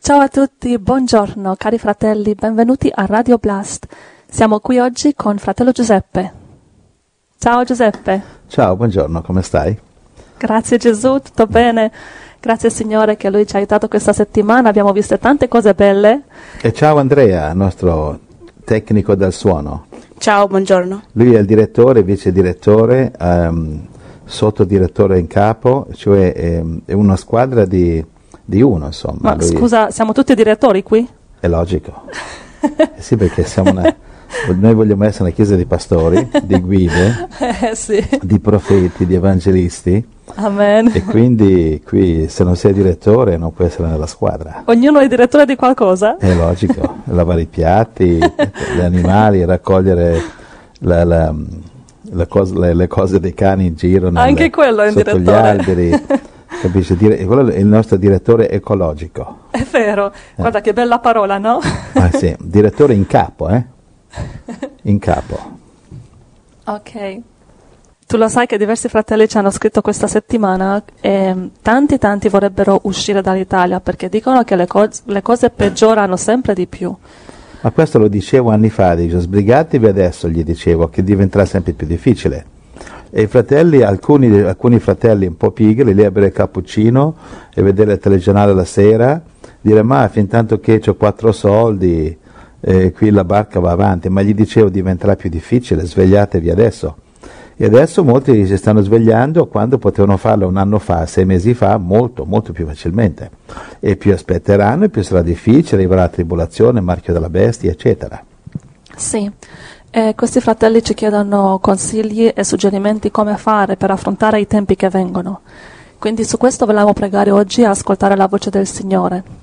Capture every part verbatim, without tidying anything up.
Ciao a tutti, buongiorno cari fratelli, benvenuti a Radio Blast. Siamo qui oggi con fratello Giuseppe. Ciao Giuseppe. Ciao, buongiorno, come stai? Grazie Gesù, tutto bene. Grazie Signore che Lui ci ha aiutato questa settimana, abbiamo visto tante cose belle. E ciao Andrea, nostro tecnico del suono. Ciao, buongiorno. Lui è il direttore, vice direttore, um, sottodirettore in capo, cioè è, è una squadra di... di uno, insomma. Ma lui scusa, siamo tutti direttori qui? È logico. Eh sì, perché siamo una, noi vogliamo essere una chiesa di pastori, di guide, eh, sì. di profeti, di evangelisti. Amen. E quindi qui se non sei direttore non puoi essere nella squadra. Ognuno è direttore di qualcosa? È logico, lavare i piatti, gli animali, raccogliere la, la, la cosa, le, le cose dei cani in giro nel, anche quello è un sotto direttore. Gli alberi. Capisci? Dire, quello è il nostro direttore ecologico. È vero, eh. Guarda che bella parola, no? Ah sì, direttore in capo, eh? In capo. Ok. Tu lo sai che diversi fratelli ci hanno scritto questa settimana e tanti tanti vorrebbero uscire dall'Italia perché dicono che le, co- le cose peggiorano sempre di più. Ma questo lo dicevo anni fa, dicevo, sbrigatevi adesso, gli dicevo, che diventerà sempre più difficile. E i fratelli, alcuni, alcuni fratelli un po' pigri, lì a bere il cappuccino e vedere il telegiornale la sera, dire ma fin tanto che ho quattro soldi, eh, qui la barca va avanti, ma gli dicevo diventerà più difficile, svegliatevi adesso. E adesso molti si stanno svegliando quando potevano farlo un anno fa, sei mesi fa, molto, molto più facilmente. E più aspetteranno e più sarà difficile, arriverà la tribolazione, marchio della bestia, eccetera. Sì. E questi fratelli ci chiedono consigli e suggerimenti come fare per affrontare i tempi che vengono. Quindi su questo vogliamo pregare oggi e ascoltare la voce del Signore.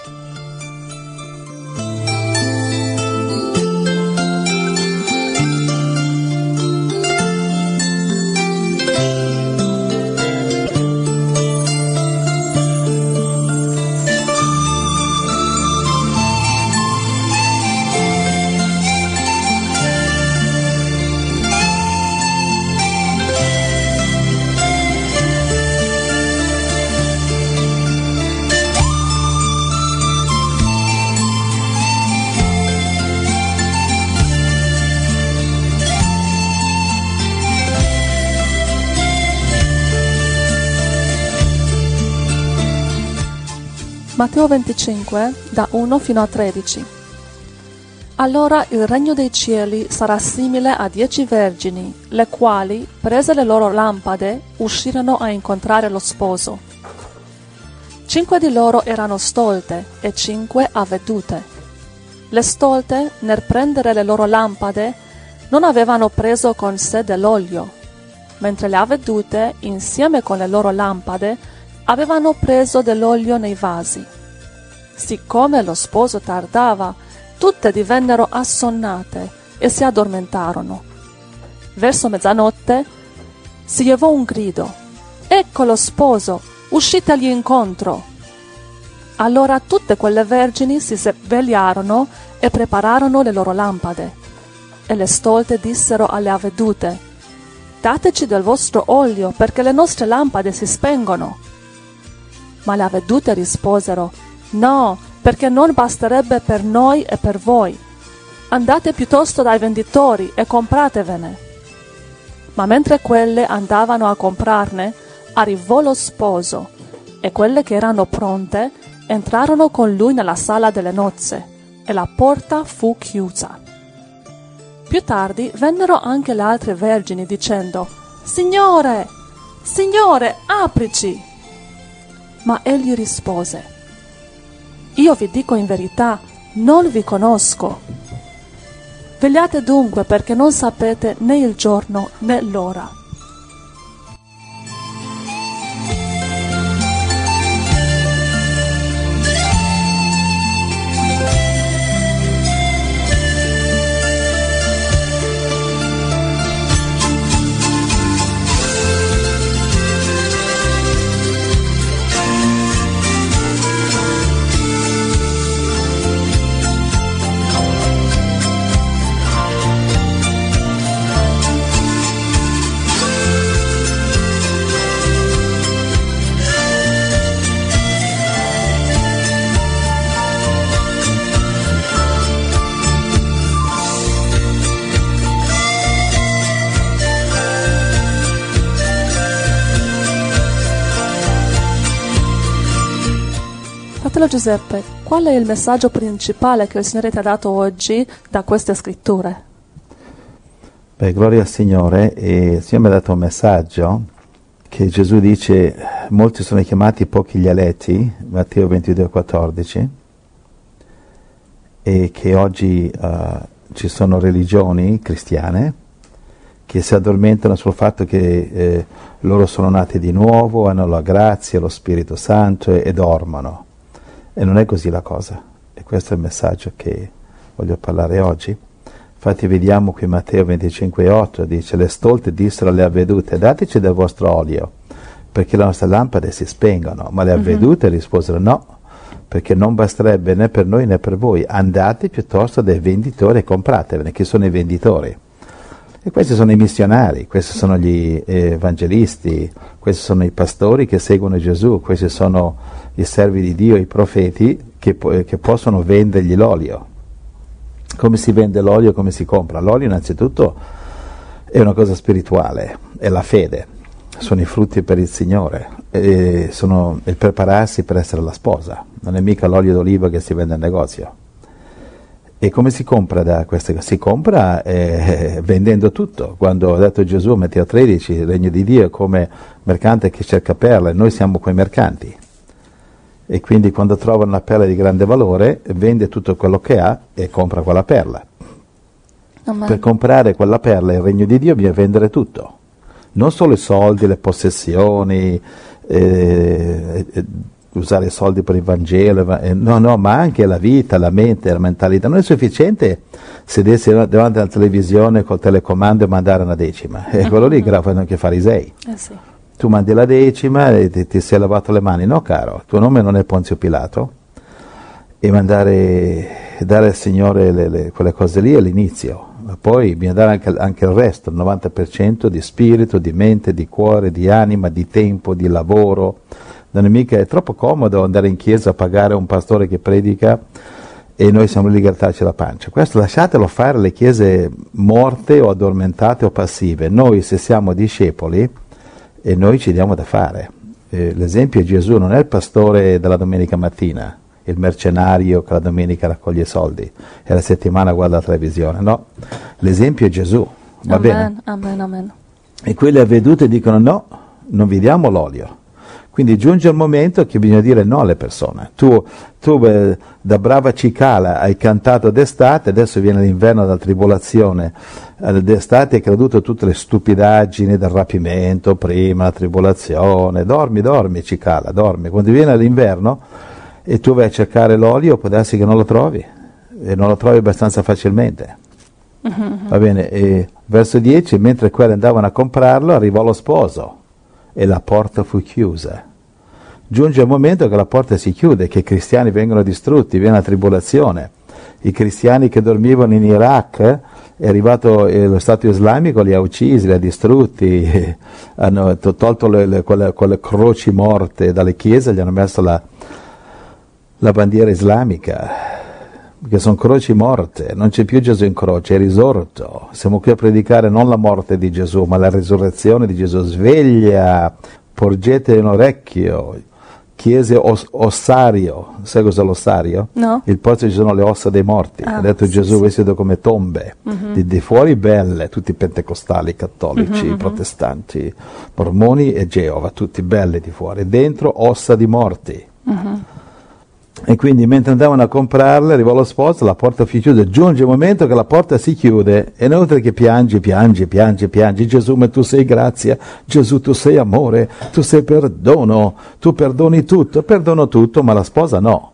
Matteo venticinque, da uno fino a tredici. Allora il regno dei cieli sarà simile a dieci vergini, le quali, prese le loro lampade, uscirono a incontrare lo sposo. Cinque di loro erano stolte e cinque avvedute. Le stolte, nel prendere le loro lampade, non avevano preso con sé dell'olio, mentre le avvedute, insieme con le loro lampade, avevano preso dell'olio nei vasi. Siccome lo sposo tardava, tutte divennero assonnate e si addormentarono. Verso mezzanotte si levò un grido: «Ecco lo sposo, uscitegli incontro!» Allora tutte quelle vergini si svegliarono e prepararono le loro lampade. E le stolte dissero alle avvedute: «Dateci del vostro olio, perché le nostre lampade si spengono». Ma le avvedute risposero: «No, perché non basterebbe per noi e per voi. Andate piuttosto dai venditori e compratevene». Ma mentre quelle andavano a comprarne, arrivò lo sposo, e quelle che erano pronte entrarono con lui nella sala delle nozze, e la porta fu chiusa. Più tardi vennero anche le altre vergini dicendo: «Signore, Signore, aprici!» Ma egli rispose: «Io vi dico in verità, non vi conosco. Vegliate dunque, perché non sapete né il giorno né l'ora». Fratello Giuseppe, qual è il messaggio principale che il Signore ti ha dato oggi da queste scritture? Beh, gloria al Signore, e il Signore mi ha dato un messaggio che Gesù dice: molti sono chiamati, pochi gli eletti, Matteo ventidue quattordici, e che oggi uh, ci sono religioni cristiane che si addormentano sul fatto che eh, loro sono nati di nuovo, hanno la grazia, lo Spirito Santo e, e dormono. E non è così la cosa. E questo è il messaggio che voglio parlare oggi. Infatti vediamo qui Matteo venticinque otto, dice: le stolte dissero alle avvedute: dateci del vostro olio, perché le nostre lampade si spengono. Ma le avvedute mm-hmm. risposero: no, perché non basterebbe né per noi né per voi. Andate piuttosto dai venditori e compratevene. Chi sono i venditori? E questi sono i missionari, questi sono gli evangelisti, questi sono i pastori che seguono Gesù, questi sono i servi di Dio, i profeti che, che possono vendergli l'olio. Come si vende l'olio, come si compra? L'olio innanzitutto è una cosa spirituale, è la fede, sono i frutti per il Signore, e sono il prepararsi per essere la sposa, non è mica l'olio d'oliva che si vende al negozio. E come si compra da queste cose? Si compra eh, vendendo tutto. Quando ha detto Gesù, Matteo tredici, il regno di Dio è come mercante che cerca perle, noi siamo quei mercanti. E quindi quando trova una perla di grande valore, vende tutto quello che ha e compra quella perla. Amen. Per comprare quella perla, il regno di Dio, bisogna vendere tutto. Non solo i soldi, le possessioni, eh, eh, usare i soldi per il Vangelo, eh, no, no, ma anche la vita, la mente, la mentalità. Non è sufficiente sedersi davanti alla televisione col telecomando e mandare una decima. E quello lì che lo fanno anche i farisei. Eh sì. Tu mandi la decima e ti, ti sei lavato le mani. No, caro, il tuo nome non è Ponzio Pilato. E mandare, dare al Signore le, le, quelle cose lì è l'inizio. Ma poi bisogna dare anche, anche il resto, il novanta per cento di spirito, di mente, di cuore, di anima, di tempo, di lavoro. Non è mica, è troppo comodo andare in chiesa a pagare un pastore che predica e noi siamo lì a grattarci la pancia. Questo lasciatelo fare le chiese morte o addormentate o passive. Noi, se siamo discepoli, e noi ci diamo da fare. Eh, l'esempio è Gesù, non è il pastore della domenica mattina, il mercenario che la domenica raccoglie soldi e la settimana guarda la televisione, no. L'esempio è Gesù, va amen, bene? Amen, amen. E quelli avveduti dicono: no, non vi diamo l'olio. Quindi giunge il momento che bisogna dire no alle persone. Tu, tu eh, da brava cicala hai cantato d'estate, adesso viene l'inverno della tribolazione, eh, d'estate hai creduto tutte le stupidaggini del rapimento, prima la tribolazione, dormi, dormi cicala, dormi. Quando viene l'inverno e tu vai a cercare l'olio, può darsi che non lo trovi, e non lo trovi abbastanza facilmente. Mm-hmm. Va bene, e verso dieci, mentre quelli andavano a comprarlo, arrivò lo sposo e la porta fu chiusa. Giunge il momento che la porta si chiude, che i cristiani vengono distrutti, viene la tribolazione. I cristiani che dormivano in Iraq, è arrivato eh, lo Stato islamico, li ha uccisi, li ha distrutti, eh, hanno to- tolto le, le, quelle, quelle croci morte dalle chiese, gli hanno messo la, la bandiera islamica, che sono croci morte, non c'è più Gesù in croce, è risorto. Siamo qui a predicare non la morte di Gesù, ma la risurrezione di Gesù. Sveglia, porgete un orecchio. Chiese os- ossario, sai cos'è l'ossario? No. Il posto ci sono le ossa dei morti, ah, ha detto sì, Gesù, sì. voi siete come tombe, mm-hmm. di, di fuori belle, tutti pentecostali, cattolici, mm-hmm. protestanti, mormoni e Geova, tutti belli di fuori, dentro ossa di morti. Mm-hmm. E quindi mentre andavano a comprarle, arrivò lo sposo, la porta fu chiusa, giunge il momento che la porta si chiude, e inoltre che piangi, piangi, piangi, piangi, Gesù, ma tu sei grazia, Gesù tu sei amore, tu sei perdono, tu perdoni tutto, perdono tutto, ma la sposa no.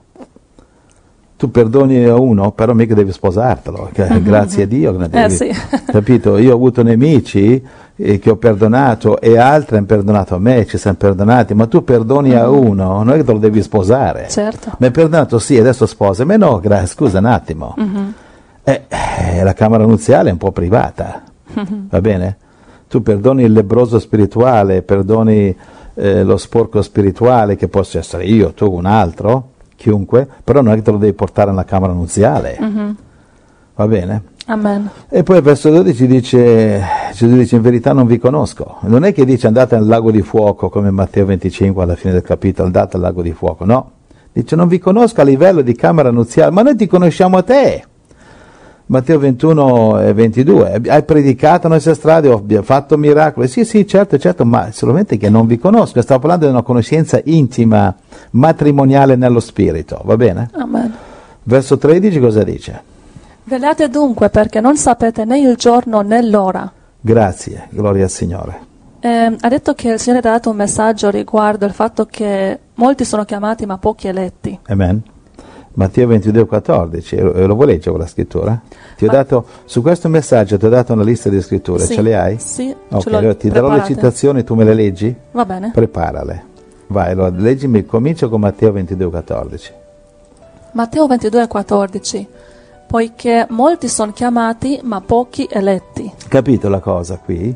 Tu perdoni a uno, però mica devi sposartelo, mm-hmm. grazie a Dio che ne devi, eh, sì. capito? Io ho avuto nemici eh, che ho perdonato e altri hanno perdonato a me, ci siamo perdonati, ma tu perdoni mm-hmm. a uno, non è che te lo devi sposare. Certo. Mi hai perdonato, sì, adesso sposa, ma no, gra- scusa un attimo. Mm-hmm. Eh, eh, la camera nuziale è un po' privata, mm-hmm. va bene? Tu perdoni il lebbroso spirituale, perdoni eh, lo sporco spirituale, che possa essere io, tu, un altro, chiunque, però non è che te lo devi portare nella camera nuziale, mm-hmm. va bene? Amen. E poi al verso dodici dice, Gesù dice: in verità non vi conosco. Non è che dice andate al lago di fuoco come Matteo venticinque alla fine del capitolo, andate al lago di fuoco, no, Dice, non vi conosco a livello di camera nuziale, ma noi ti conosciamo a te. Matteo ventuno e ventidue, hai predicato nelle strade, ho fatto miracoli. Sì, sì, certo, certo, ma solamente che non vi conosco. Stavo parlando di una conoscenza intima, matrimoniale nello spirito, va bene? Amen. Verso tredici cosa dice? Velate dunque perché non sapete né il giorno né l'ora. Grazie, gloria al Signore. Eh, ha detto che il Signore ha dato un messaggio riguardo il fatto che molti sono chiamati ma pochi eletti. Amen. Matteo ventidue quattordici, lo vuoi leggere la scrittura? Ti ho Ma... dato, su questo messaggio ti ho dato una lista di scritture, sì, ce le hai? Sì, ok, ce l'ho allora ti preparate. darò le citazioni, tu me le leggi? Va bene. Preparale. Vai, allora leggimi, comincio con Matteo ventidue quattordici. Matteo ventidue quattordici, poiché molti sono chiamati ma pochi eletti. Capito la cosa qui?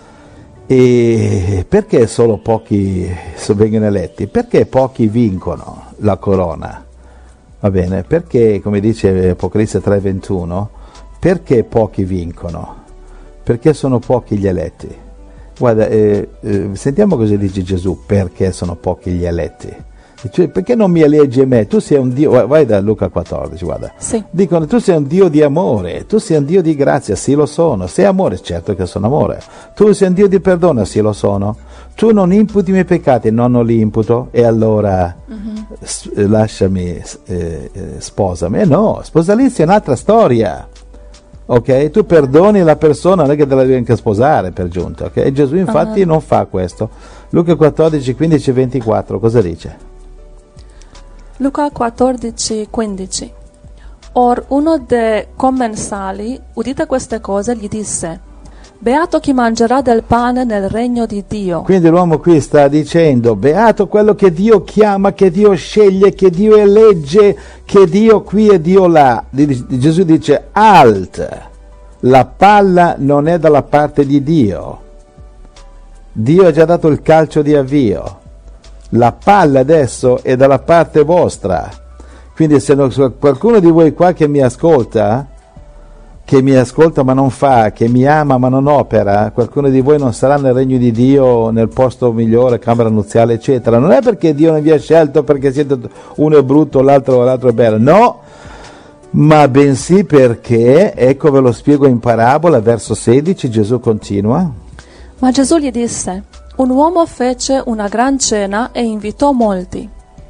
E perché solo pochi vengono eletti? Perché pochi vincono la corona? Va bene, perché, come dice Apocalisse tre ventuno, perché pochi vincono? Perché sono pochi gli eletti. Guarda, eh, eh, sentiamo cosa dice Gesù, perché sono pochi gli eletti. Cioè, perché non mi eleggi a me? Tu sei un Dio, vai da Luca quattordici, guarda. Sì. Dicono, tu sei un Dio di amore, tu sei un Dio di grazia, sì lo sono. Sei amore, certo che sono amore. Tu sei un Dio di perdono, sì lo sono. Tu non imputi i miei peccati, no, non li imputo, e allora mm-hmm. s- lasciami, eh, eh, sposami. E no, sposalizia è un'altra storia. Ok? Tu perdoni la persona, non è che te la devi anche sposare per giunta. Ok? E Gesù infatti uh-huh. non fa questo. Luca quattordici, quindici e ventiquattro, cosa dice? Luca quattordici, quindici. Or uno dei commensali, udite queste cose, gli disse: Beato chi mangerà del pane nel regno di Dio. Quindi l'uomo qui sta dicendo, beato quello che Dio chiama, che Dio sceglie, che Dio elegge, che Dio qui e Dio là. Gesù dice, alt, la palla non è dalla parte di Dio. Dio ha già dato il calcio di avvio. La palla adesso è dalla parte vostra. Quindi se non, qualcuno di voi qua che mi ascolta, che mi ascolta ma non fa, che mi ama ma non opera, qualcuno di voi non sarà nel regno di Dio, nel posto migliore, camera nuziale, eccetera. Non è perché Dio non vi ha scelto perché siete uno è brutto, l'altro, l'altro è bello, no, ma bensì perché, ecco ve lo spiego in parabola, verso sedici, Gesù continua. Ma Gesù gli disse: un uomo fece una gran cena e invitò molti.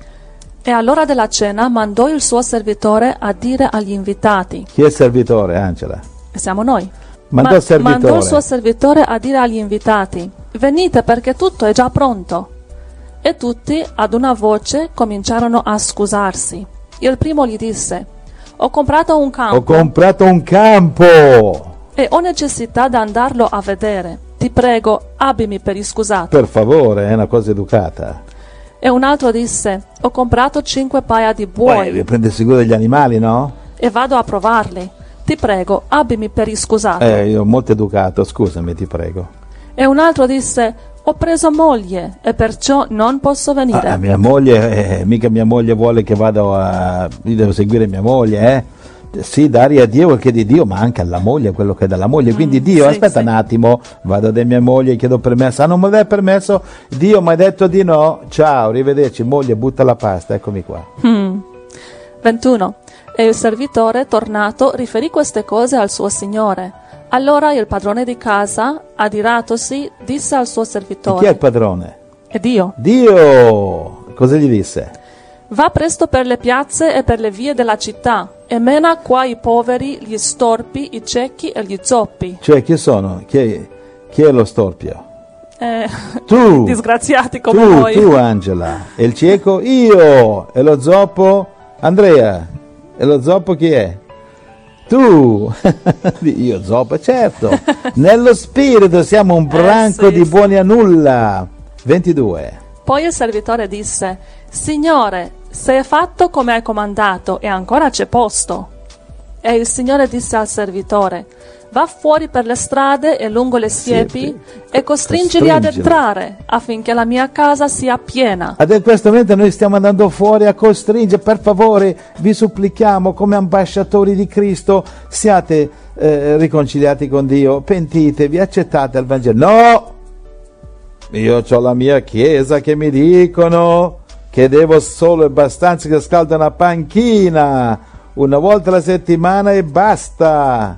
E all'ora della cena mandò il suo servitore a dire agli invitati. Chi è il servitore, Angela? Siamo noi. Mandò, Ma, il servitore. mandò il suo servitore a dire agli invitati: venite perché tutto è già pronto. E tutti ad una voce cominciarono a scusarsi. Il primo gli disse: ho comprato un campo. Ho comprato un campo. E ho necessità di andarlo a vedere. Ti prego, abbimi per iscusato. Per favore, è una cosa educata. E un altro disse: ho comprato cinque paia di buoi. Devi prendere sicuro degli animali, no? E vado a provarli. Ti prego, abbimi per iscusato. Eh, io molto educato, scusami, ti prego. E un altro disse: ho preso moglie e perciò non posso venire. Ah, mia moglie, eh, mica mia moglie vuole che vado a... Io devo seguire mia moglie, eh? Sì, dare a Dio quel che è di Dio, ma anche alla moglie quello che è dalla moglie. Quindi mm, Dio, sì, aspetta sì. un attimo, vado da mia moglie, chiedo permesso. Ah, non mi dai permesso? Dio mi ha detto di no. Ciao, arrivederci, moglie, butta la pasta, eccomi qua. Mm. ventuno. E il servitore, tornato, riferì queste cose al suo signore. Allora il padrone di casa, adiratosi, disse al suo servitore: e chi è il padrone? È Dio. Dio! Cosa gli disse? Va presto per le piazze e per le vie della città e mena qua i poveri, gli storpi, i ciechi e gli zoppi. Cioè, chi sono? Chi è, chi è lo storpio? Eh, tu! Disgraziati come tu, voi. Tu, Angela. E il cieco? Io! E lo zoppo? Andrea. E lo zoppo chi è? Tu! Io zoppo, certo. Nello spirito siamo un branco eh, sì, di buoni a nulla. ventidue. Poi il servitore disse: Signore, se è fatto come hai comandato e ancora c'è posto. E il Signore disse al servitore: va fuori per le strade e lungo le siepi sì, e costringili ad entrare affinché la mia casa sia piena. Ad in questo momento noi stiamo andando fuori a costringere. Per favore, vi supplichiamo come ambasciatori di Cristo, siate eh, riconciliati con Dio, pentitevi, accettate il Vangelo. No! Io ho la mia chiesa che mi dicono che devo solo e abbastanza che scalda una panchina una volta alla settimana e basta.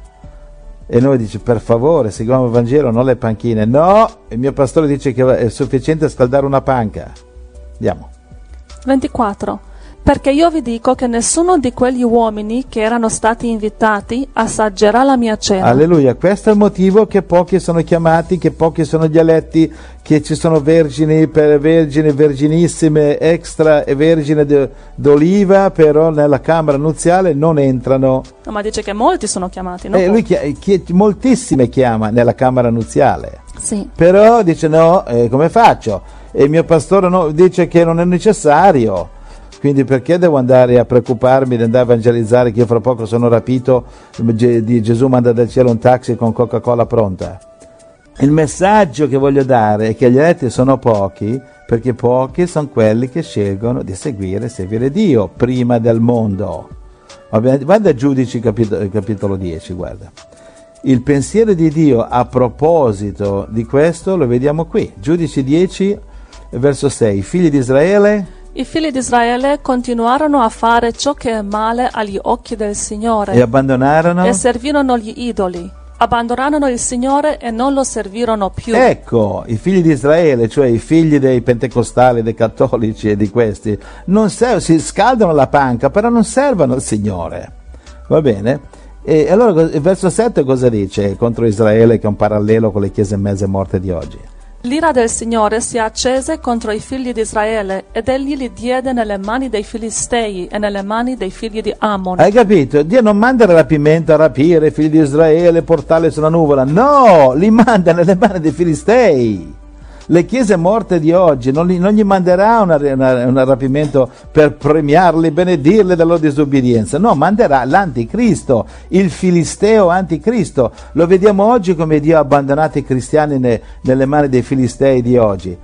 E noi dice, per favore, seguiamo il Vangelo, non le panchine. No, il mio pastore dice che è sufficiente scaldare una panca. Andiamo. ventiquattro. Perché io vi dico che nessuno di quegli uomini che erano stati invitati assaggerà la mia cena. Alleluia, questo è il motivo che pochi sono chiamati, che pochi sono gli eletti, che ci sono vergini, per vergini, verginissime, extra e vergine de, d'oliva, però nella camera nuziale non entrano. No, ma dice che molti sono chiamati, no? E lui chi, chi, moltissime chiama nella camera nuziale. Sì. Però dice no, eh, come faccio? E il mio pastore no, dice che non è necessario. Quindi perché devo andare a preoccuparmi di andare a evangelizzare che io fra poco sono rapito, di Gesù manda dal cielo un taxi con Coca-Cola pronta? Il messaggio che voglio dare è che gli eletti sono pochi, perché pochi sono quelli che scelgono di seguire e servire Dio prima del mondo. Guarda a Giudici capitolo, capitolo dieci, guarda. Il pensiero di Dio a proposito di questo lo vediamo qui. Giudici dieci, verso sei. I figli di Israele... I figli di Israele continuarono a fare ciò che è male agli occhi del Signore e abbandonarono e servirono gli idoli. Abbandonarono il Signore e non lo servirono più. Ecco, i figli di Israele, cioè i figli dei pentecostali, dei cattolici e di questi, non serv- si scaldano la panca, però non servono il Signore. Va bene? E allora il verso sette cosa dice contro Israele, che è un parallelo con le chiese mezze morte di oggi? L'ira del Signore si accese contro i figli di Israele ed egli li diede nelle mani dei Filistei e nelle mani dei figli di Ammon. Hai capito? Dio non manda il rapimento a rapire i figli di Israele, portarli sulla nuvola. No, li manda nelle mani dei Filistei. Le chiese morte di oggi non, li, non gli manderà una, una, un rapimento per premiarli, benedirli della loro disobbedienza. No, manderà l'anticristo, il filisteo anticristo. Lo vediamo oggi come Dio ha abbandonato i cristiani ne, nelle mani dei filistei di oggi.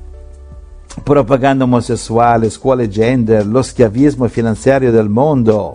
Propaganda omosessuale, scuole gender, lo schiavismo finanziario del mondo.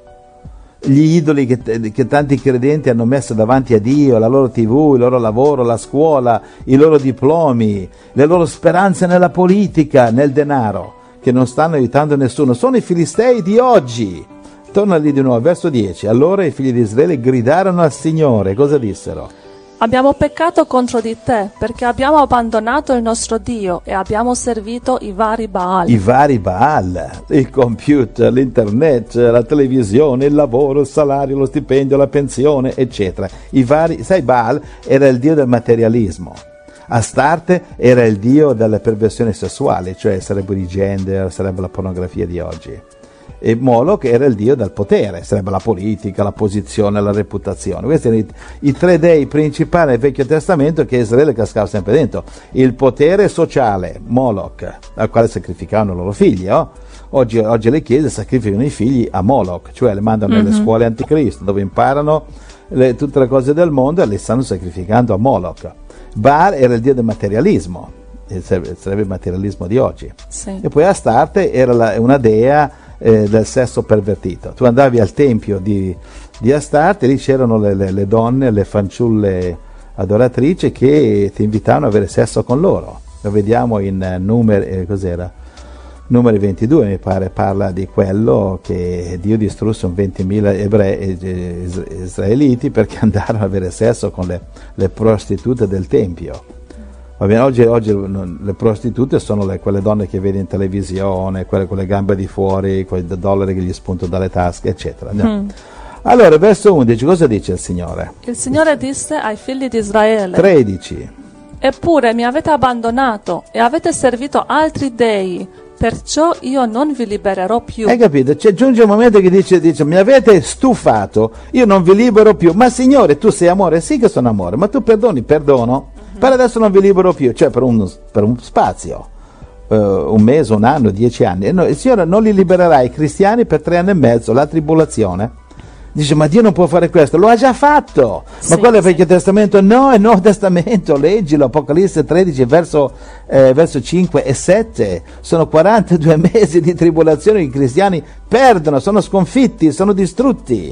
Gli idoli che, che tanti credenti hanno messo davanti a Dio, la loro tivù, il loro lavoro, la scuola, i loro diplomi, le loro speranze nella politica, nel denaro, che non stanno aiutando nessuno. Sono i filistei di oggi. Torna lì di nuovo, verso dieci. Allora i figli di Israele gridarono al Signore. Cosa dissero? Abbiamo peccato contro di te, perché abbiamo abbandonato il nostro Dio e abbiamo servito i vari Baal. I vari Baal, il computer, l'internet, la televisione, il lavoro, il salario, lo stipendio, la pensione, eccetera. I vari, sai, Baal era il dio del materialismo. Astarte era il dio delle perversioni sessuali, cioè sarebbero i gender, sarebbe la pornografia di oggi. E Moloch era il dio del potere, sarebbe la politica, la posizione, la reputazione. Questi erano i, i tre dei principali del Vecchio Testamento che Israele cascava sempre dentro. Il potere sociale, Moloch, al quale sacrificavano i loro figli. Oh? Oggi, oggi le chiese sacrificano i figli a Moloch, cioè le mandano mm-hmm. nelle scuole anticristo, dove imparano le, tutte le cose del mondo e le stanno sacrificando a Moloch. Baal era il dio del materialismo, sarebbe il materialismo di oggi. Sì. E poi Astarte era la, una dea Eh, del sesso pervertito. Tu andavi al tempio di, di Astarte, lì c'erano le, le, le donne, le fanciulle adoratrici che ti invitavano a avere sesso con loro. Lo vediamo in uh, numeri, eh, cos'era? Numeri ventidue, mi pare, parla di quello che Dio distrusse un ventimila ebrei, eh, israeliti perché andarono a avere sesso con le, le prostitute del tempio. Va bene, oggi, oggi le prostitute sono le, quelle donne che vedi in televisione, quelle con le gambe di fuori, quei dollari che gli spuntano dalle tasche, eccetera. Mm. Allora, verso undici, cosa dice il Signore? Il Signore disse ai figli di Israele: tredici. Eppure mi avete abbandonato e avete servito altri dei, perciò io non vi libererò più. Hai capito? C'è giunge un momento che dice, dice, mi avete stufato, io non vi libero più. Ma Signore, tu sei amore? Sì che sono amore, ma tu perdoni? Perdono. Per adesso non vi libero più, cioè per un, per un spazio, uh, un mese, un anno, dieci anni. E no, il Signore non li libererà i cristiani per tre anni e mezzo, la tribolazione. Dice, ma Dio non può fare questo, lo ha già fatto. Sì, ma quello è il Vecchio sì. Testamento? No, è il Nuovo Testamento, leggilo, Apocalisse tredici, verso, eh, verso cinque e sette. Sono quarantadue mesi di tribolazione che i cristiani perdono, sono sconfitti, sono distrutti.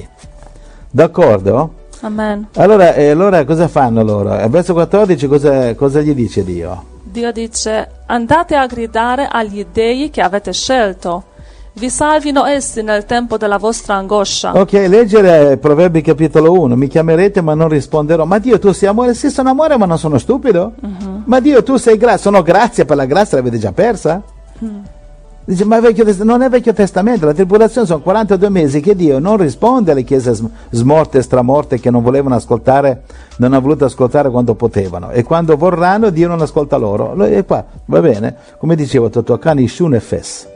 D'accordo? Amen. Allora, eh, allora cosa fanno loro? Al verso quattordici cosa, cosa gli dice Dio? Dio dice: andate a gridare agli dei che avete scelto, vi salvino essi nel tempo della vostra angoscia. Ok, leggere Proverbi capitolo uno, mi chiamerete ma non risponderò. Ma Dio, tu sei amore? Sì, sono amore ma non sono stupido. Uh-huh. Ma Dio, tu sei grazia, sono grazia, per la grazia l'avete già persa? Uh-huh. Dice, ma vecchio, non è Vecchio Testamento, la tribolazione sono quarantadue mesi che Dio non risponde alle chiese smorte, stramorte, che non volevano ascoltare, non hanno voluto ascoltare quando potevano, e quando vorranno Dio non ascolta loro. E qua, va bene, come dicevo, Totokani Shun e Fes.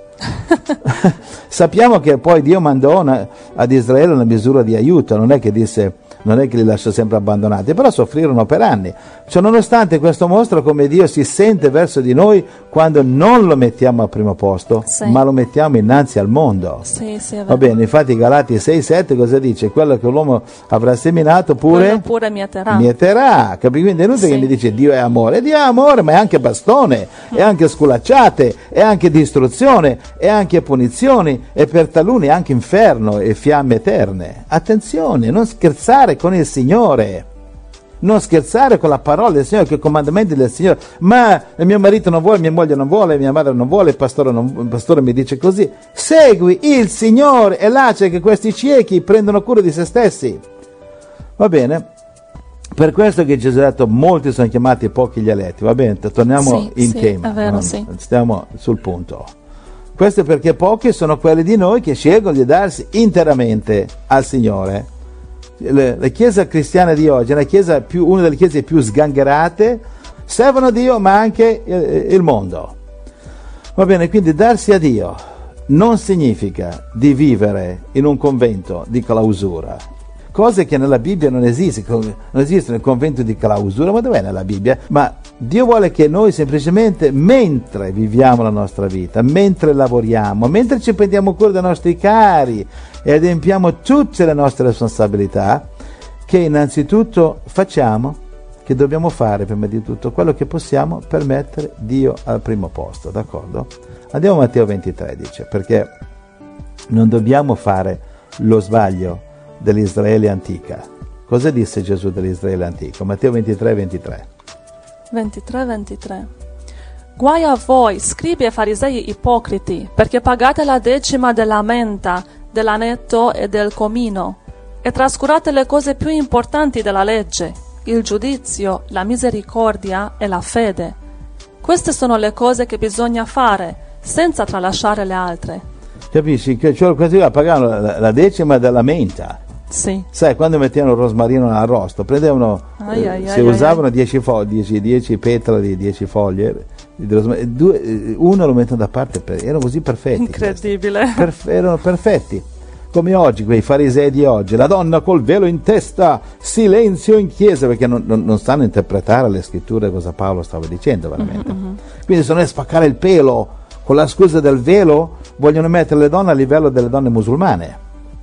Sappiamo che poi Dio mandò una, ad Israele una misura di aiuto, non è che disse, non è che li lasciò sempre abbandonati, però soffrirono per anni. Cioè, nonostante questo mostra come Dio si sente verso di noi quando non lo mettiamo al primo posto, sì, ma lo mettiamo innanzi al mondo. Sì, sì, è vero. Va bene, infatti Galati sei sette cosa dice? Quello che l'uomo avrà seminato pure, quello pure mieterà. mieterà. Capi? Quindi è inutile sì. che mi dice Dio è amore. Dio è amore, ma è anche bastone, mm. è anche sculacciate, è anche distruzione, è anche punizioni, e per taluni anche inferno e fiamme eterne. Attenzione, non scherzare con il Signore, non scherzare con la parola del Signore, con i comandamenti del Signore. Ma mio marito non vuole, mia moglie non vuole, mia madre non vuole, il pastore, non, il pastore mi dice così. Segui il Signore e lascia che questi ciechi prendano cura di se stessi. Va bene? Per questo che Gesù ha detto molti sono chiamati, pochi gli eletti. Va bene, torniamo sì, in sì, tema, è vero, no? sì. Stiamo sul punto. Questo perché pochi sono quelli di noi che scelgono di darsi interamente al Signore. Le, le chiese cristiane di oggi, la chiesa più, una delle chiese più sgangherate, servono a Dio ma anche il, il mondo. Va bene, quindi darsi a Dio non significa di vivere in un convento di clausura, cose che nella Bibbia non esistono, non esistono il convento di clausura, ma dov'è nella Bibbia? Ma Dio vuole che noi semplicemente, mentre viviamo la nostra vita, mentre lavoriamo, mentre ci prendiamo cura dei nostri cari e adempiamo tutte le nostre responsabilità, che innanzitutto facciamo, che dobbiamo fare prima di tutto quello che possiamo per mettere Dio al primo posto, d'accordo? Andiamo a Matteo ventitré, dice, perché non dobbiamo fare lo sbaglio dell'Israele antica. Cosa disse Gesù dell'Israele antico? Matteo ventitré ventitré. ventitré ventitré. Guai a voi, scribi e farisei ipocriti, perché pagate la decima della menta, dell'anetto e del comino, e trascurate le cose più importanti della legge, il giudizio, la misericordia e la fede. Queste sono le cose che bisogna fare, senza tralasciare le altre. Capisci? Che cioè, questi qua pagavano la, la decima della menta. Sì. Sai, quando mettevano il rosmarino nell'arrosto, prendevano, ai, ai, eh, ai, se ai, usavano ai. dieci foglie, dieci petra di dieci foglie, di rosmarino, due, uno lo mettono da parte, per, erano così perfetti. Incredibile. Perf- erano perfetti. Come oggi, quei farisei di oggi, la donna col velo in testa, silenzio in chiesa, perché non, non, non stanno a interpretare le scritture cosa Paolo stava dicendo veramente. Mm-hmm. Quindi se non è spaccare il pelo con la scusa del velo, vogliono mettere le donne a livello delle donne musulmane.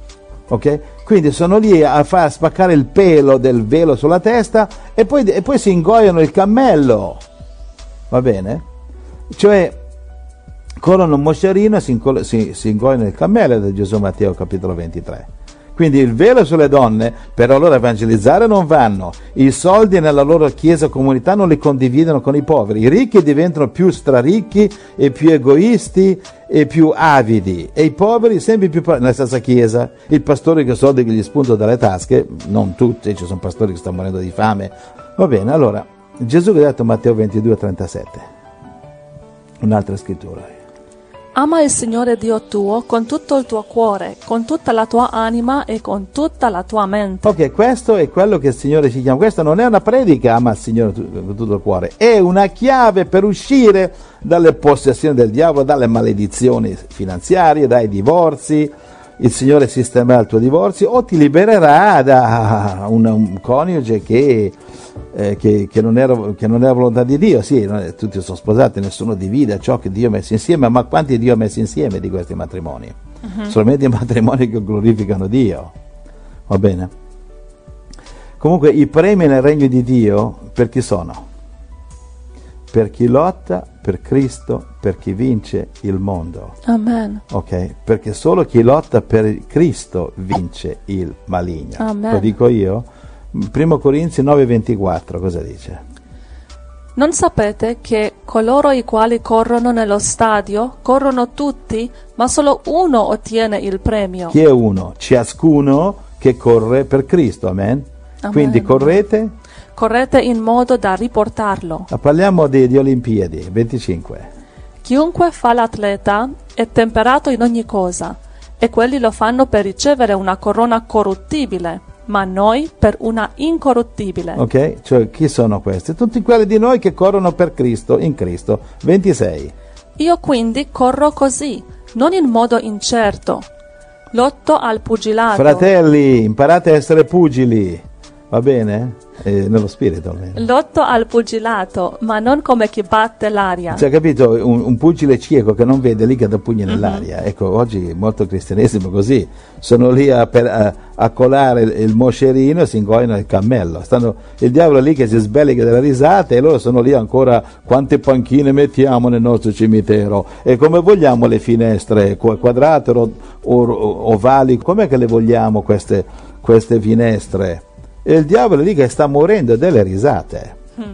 Ok? Quindi sono lì a far spaccare il pelo del velo sulla testa e poi, e poi si ingoiano il cammello. Va bene? Cioè, corrono un moscerino e si, inco- si, si ingoiano il cammello da Gesù Matteo capitolo ventitré. Quindi il velo sulle donne, per loro evangelizzare non vanno, i soldi nella loro chiesa comunità non li condividono con i poveri, i ricchi diventano più straricchi e più egoisti e più avidi, e i poveri sempre più poveri. Nella stessa chiesa, il pastore che soldi che gli spunta dalle tasche, non tutti, ci sono pastori che stanno morendo di fame. Va bene, allora, Gesù che ha detto Matteo ventidue trentasette, un'altra scrittura. Ama il Signore Dio tuo con tutto il tuo cuore, con tutta la tua anima e con tutta la tua mente. Ok, questo è quello che il Signore ci chiama. Questa non è una predica, ama il Signore con tutto il cuore. È una chiave per uscire dalle possessioni del diavolo, dalle maledizioni finanziarie, dai divorzi. Il Signore sistemerà il tuo divorzio o ti libererà da un, un coniuge che, eh, che, che, non era, che non era volontà di Dio. Sì, non, tutti sono sposati, nessuno divide ciò che Dio ha messo insieme, ma quanti Dio ha messo insieme di questi matrimoni? Uh-huh. Solamente i matrimoni che glorificano Dio. Va bene? Comunque i premi nel regno di Dio per chi sono? Per chi lotta per Cristo, per chi vince il mondo. Amen. Ok? Perché solo chi lotta per Cristo vince il maligno. Amen. Lo dico io? Primo Corinzi nove ventiquattro cosa dice? Non sapete che coloro i quali corrono nello stadio corrono tutti, ma solo uno ottiene il premio? Chi è uno? Ciascuno che corre per Cristo, amen? Amen. Quindi correte? Correte in modo da riportarlo. Ma parliamo di, di Olimpiadi, venticinque. Chiunque fa l'atleta è temperato in ogni cosa, e quelli lo fanno per ricevere una corona corruttibile, ma noi per una incorruttibile. Ok? Cioè, chi sono questi? Tutti quelli di noi che corrono per Cristo, in Cristo. ventisei. Io quindi corro così, non in modo incerto. Lotto al pugilato. Fratelli, imparate a essere pugili, va bene? Eh, nello spirito almeno. Lotto al pugilato, ma non come chi batte l'aria. Cioè, capito? Un, un pugile cieco che non vede lì che dà pugni nell'aria. Mm-hmm. Ecco, oggi molto cristianesimo così. Sono lì a, per, a, a colare il, il moscerino e si ingoiano il cammello. Stanno, il diavolo è lì che si sbellica delle risate e loro sono lì ancora. Quante panchine mettiamo nel nostro cimitero? E come vogliamo le finestre? Quadrate o, o ovali? Com'è che le vogliamo queste, queste finestre? E il diavolo è lì che sta morendo delle risate. Mm.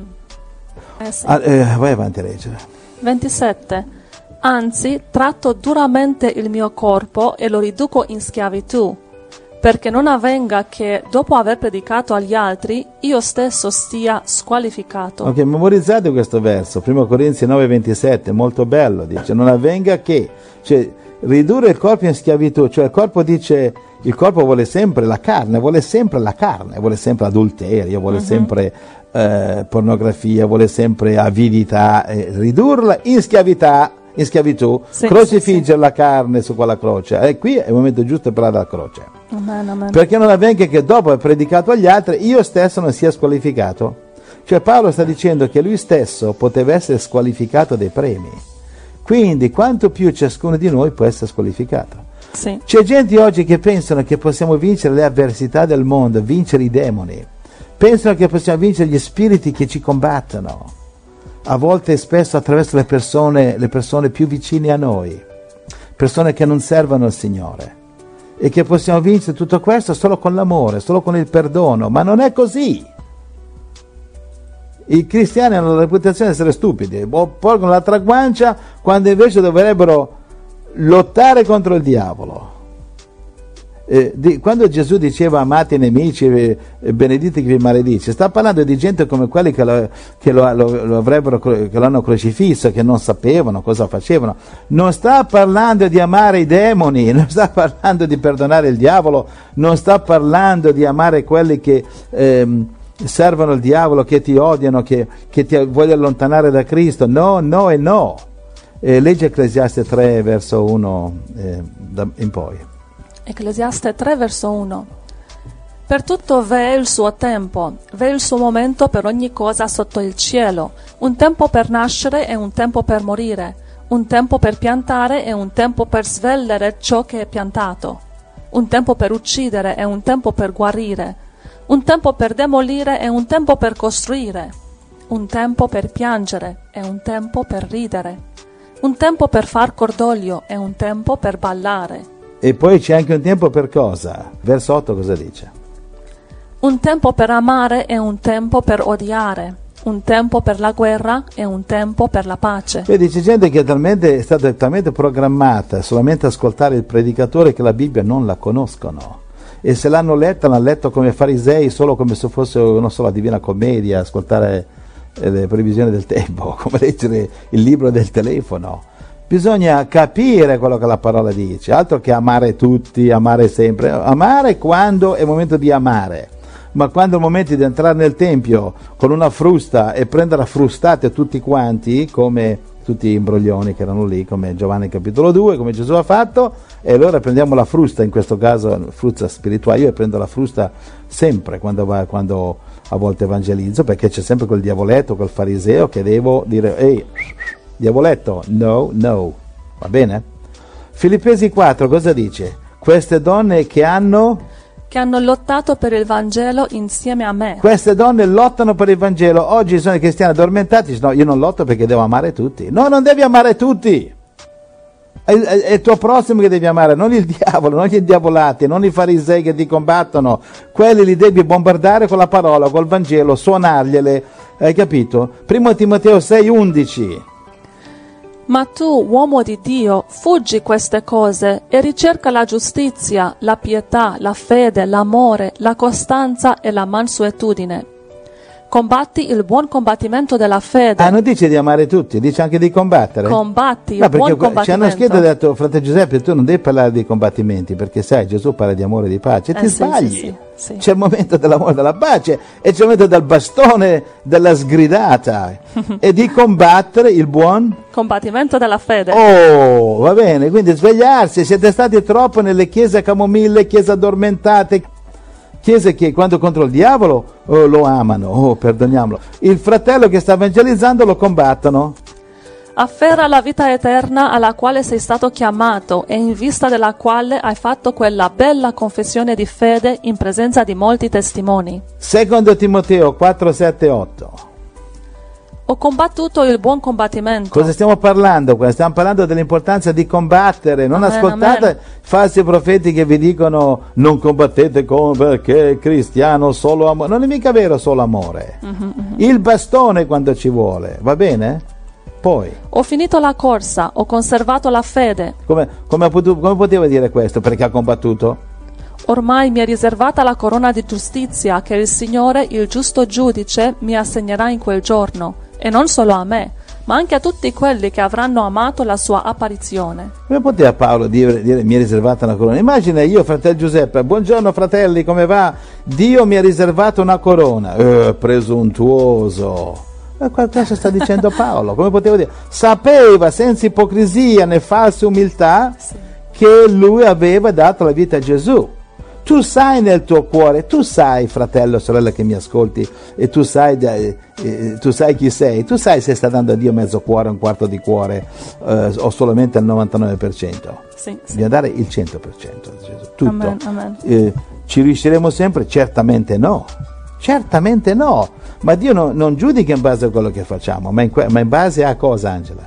Eh sì. ah, eh, vai avanti a leggere. ventisette. Anzi, tratto duramente il mio corpo e lo riduco in schiavitù, perché non avvenga che, dopo aver predicato agli altri, io stesso sia squalificato. Ok, memorizzate questo verso, primo Corinzi nove ventisette, molto bello, dice, non avvenga che, cioè, ridurre il corpo in schiavitù, cioè il corpo dice, il corpo vuole sempre la carne, vuole sempre la carne, vuole sempre adulterio, vuole uh-huh. sempre eh, pornografia, vuole sempre avidità, eh, ridurla in schiavità, in schiavitù, sì, crocifiggere sì, sì. la carne su quella croce. E qui è il momento giusto per parlare della croce. Amen, amen. Perché non avvenga che dopo aver predicato agli altri, io stesso non sia squalificato. Cioè Paolo sta dicendo che lui stesso poteva essere squalificato dai premi. Quindi quanto più ciascuno di noi può essere squalificato. Sì. C'è gente oggi che pensano che possiamo vincere le avversità del mondo, vincere i demoni. Pensano che possiamo vincere gli spiriti che ci combattono. A volte e spesso attraverso le persone, le persone più vicine a noi. Persone che non servono il Signore. E che possiamo vincere tutto questo solo con l'amore, solo con il perdono. Ma non è così. I cristiani hanno la reputazione di essere stupidi. Porgono la traguancia quando invece dovrebbero lottare contro il diavolo. Eh, di, quando Gesù diceva amate i nemici e eh, benedite chi vi maledice, sta parlando di gente come quelli che lo, che lo, lo, lo avrebbero, che lo hanno crocifisso, che non sapevano cosa facevano. Non sta parlando di amare i demoni, non sta parlando di perdonare il diavolo, non sta parlando di amare quelli che ehm, servono il diavolo, che ti odiano, che, che ti vogliono allontanare da Cristo. No, no e no. Eh, legge Ecclesiaste tre verso uno eh, da, in poi. Ecclesiaste tre verso uno. Per tutto v'è il suo tempo, v'è il suo momento per ogni cosa sotto il cielo, un tempo per nascere e un tempo per morire, un tempo per piantare e un tempo per svellere ciò che è piantato, un tempo per uccidere e un tempo per guarire, un tempo per demolire e un tempo per costruire, un tempo per piangere e un tempo per ridere, un tempo per far cordoglio e un tempo per ballare. E poi c'è anche un tempo per cosa? Verso otto cosa dice? Un tempo per amare e un tempo per odiare, un tempo per la guerra e un tempo per la pace. Vedi, c'è gente che è, talmente, è stata talmente programmata solamente ascoltare il predicatore che la Bibbia non la conoscono. E se l'hanno letta, l'hanno letto come farisei, solo come se fosse, non so, la Divina Commedia, ascoltare le previsioni del tempo, come leggere il libro del telefono. Bisogna capire quello che la parola dice, altro che amare tutti, amare sempre. Amare quando è il momento di amare, ma quando è il momento di entrare nel tempio con una frusta e prendere a frustate tutti quanti, come tutti gli imbroglioni che erano lì, come Giovanni capitolo due, come Gesù ha fatto, e allora prendiamo la frusta, in questo caso frusta spirituale. Io prendo la frusta sempre quando, va, quando a volte evangelizzo, perché c'è sempre quel diavoletto, quel fariseo che devo dire, ehi, diavoletto, no, no, va bene? Filippesi quattro cosa dice? Queste donne che hanno che hanno lottato per il Vangelo insieme a me. Queste donne lottano per il Vangelo. Oggi sono i cristiani addormentati, no, io non lotto perché devo amare tutti. No, non devi amare tutti. È, è, è il tuo prossimo che devi amare, non il diavolo, non gli indiavolati, non i farisei che ti combattono. Quelli li devi bombardare con la parola, col Vangelo, suonargliele, Hai capito? Primo Timoteo sei undici. Ma tu, uomo di Dio, fuggi queste cose e ricerca la giustizia, la pietà, la fede, l'amore, la costanza e la mansuetudine. Combatti il buon combattimento della fede. Ah, non dice di amare tutti, dice anche di combattere. Combatti il no, buon perché ci hanno combattimento. scritto e detto, fratello Giuseppe, tu non devi parlare di combattimenti, perché sai, Gesù parla di amore e di pace, e Eh, ti sì, sbagli. sì, sì, sì. C'è il momento dell'amore e della pace, e c'è il momento del bastone, della sgridata, e di combattere il buon... Combattimento della fede. Oh, va bene, quindi svegliarsi, siete stati troppo nelle chiese a camomille, chiese addormentate, chiese che quando contro il diavolo oh, lo amano, oh, perdoniamolo, il fratello che sta evangelizzando lo combattono. Afferra la vita eterna alla quale sei stato chiamato e in vista della quale hai fatto quella bella confessione di fede in presenza di molti testimoni. Secondo Timoteo quattro, sette, otto. Ho combattuto il buon combattimento. Cosa stiamo parlando qua? Stiamo parlando dell'importanza di combattere. Non Amen, ascoltate amen. falsi profeti che vi dicono non combattete come perché è cristiano solo amore. Non è mica vero solo amore. Mm-hmm, mm-hmm. Il bastone quando ci vuole, va bene? Poi, Ho finito la corsa, ho conservato la fede. come, come, ha potuto- come poteva dire questo? Perché ha combattuto? Ormai mi è riservata la corona di giustizia che il Signore, il giusto giudice, mi assegnerà in quel giorno. E non solo a me, ma anche a tutti quelli che avranno amato la sua apparizione. Come poteva Paolo dire, dire mi è riservata una corona? Immagina io, fratello Giuseppe, buongiorno fratelli, come va? Dio mi ha riservato una corona. Eh, presuntuoso. E cosa sta dicendo Paolo? Come poteva dire? Sapeva senza ipocrisia né falsa umiltà Sì. che lui aveva dato la vita a Gesù. Tu sai nel tuo cuore, tu sai, fratello, sorella che mi ascolti, e tu sai, eh, eh, tu sai chi sei, tu sai se sta dando a Dio mezzo cuore, un quarto di cuore, eh, o solamente il novantanove per cento. Sì, sì. Bisogna dare il cento per cento a Gesù, tutto. Amen, amen. Eh, ci riusciremo sempre? Certamente no, certamente no, ma Dio no, non giudica in base a quello che facciamo, ma in, que- ma in base a cosa, Angela?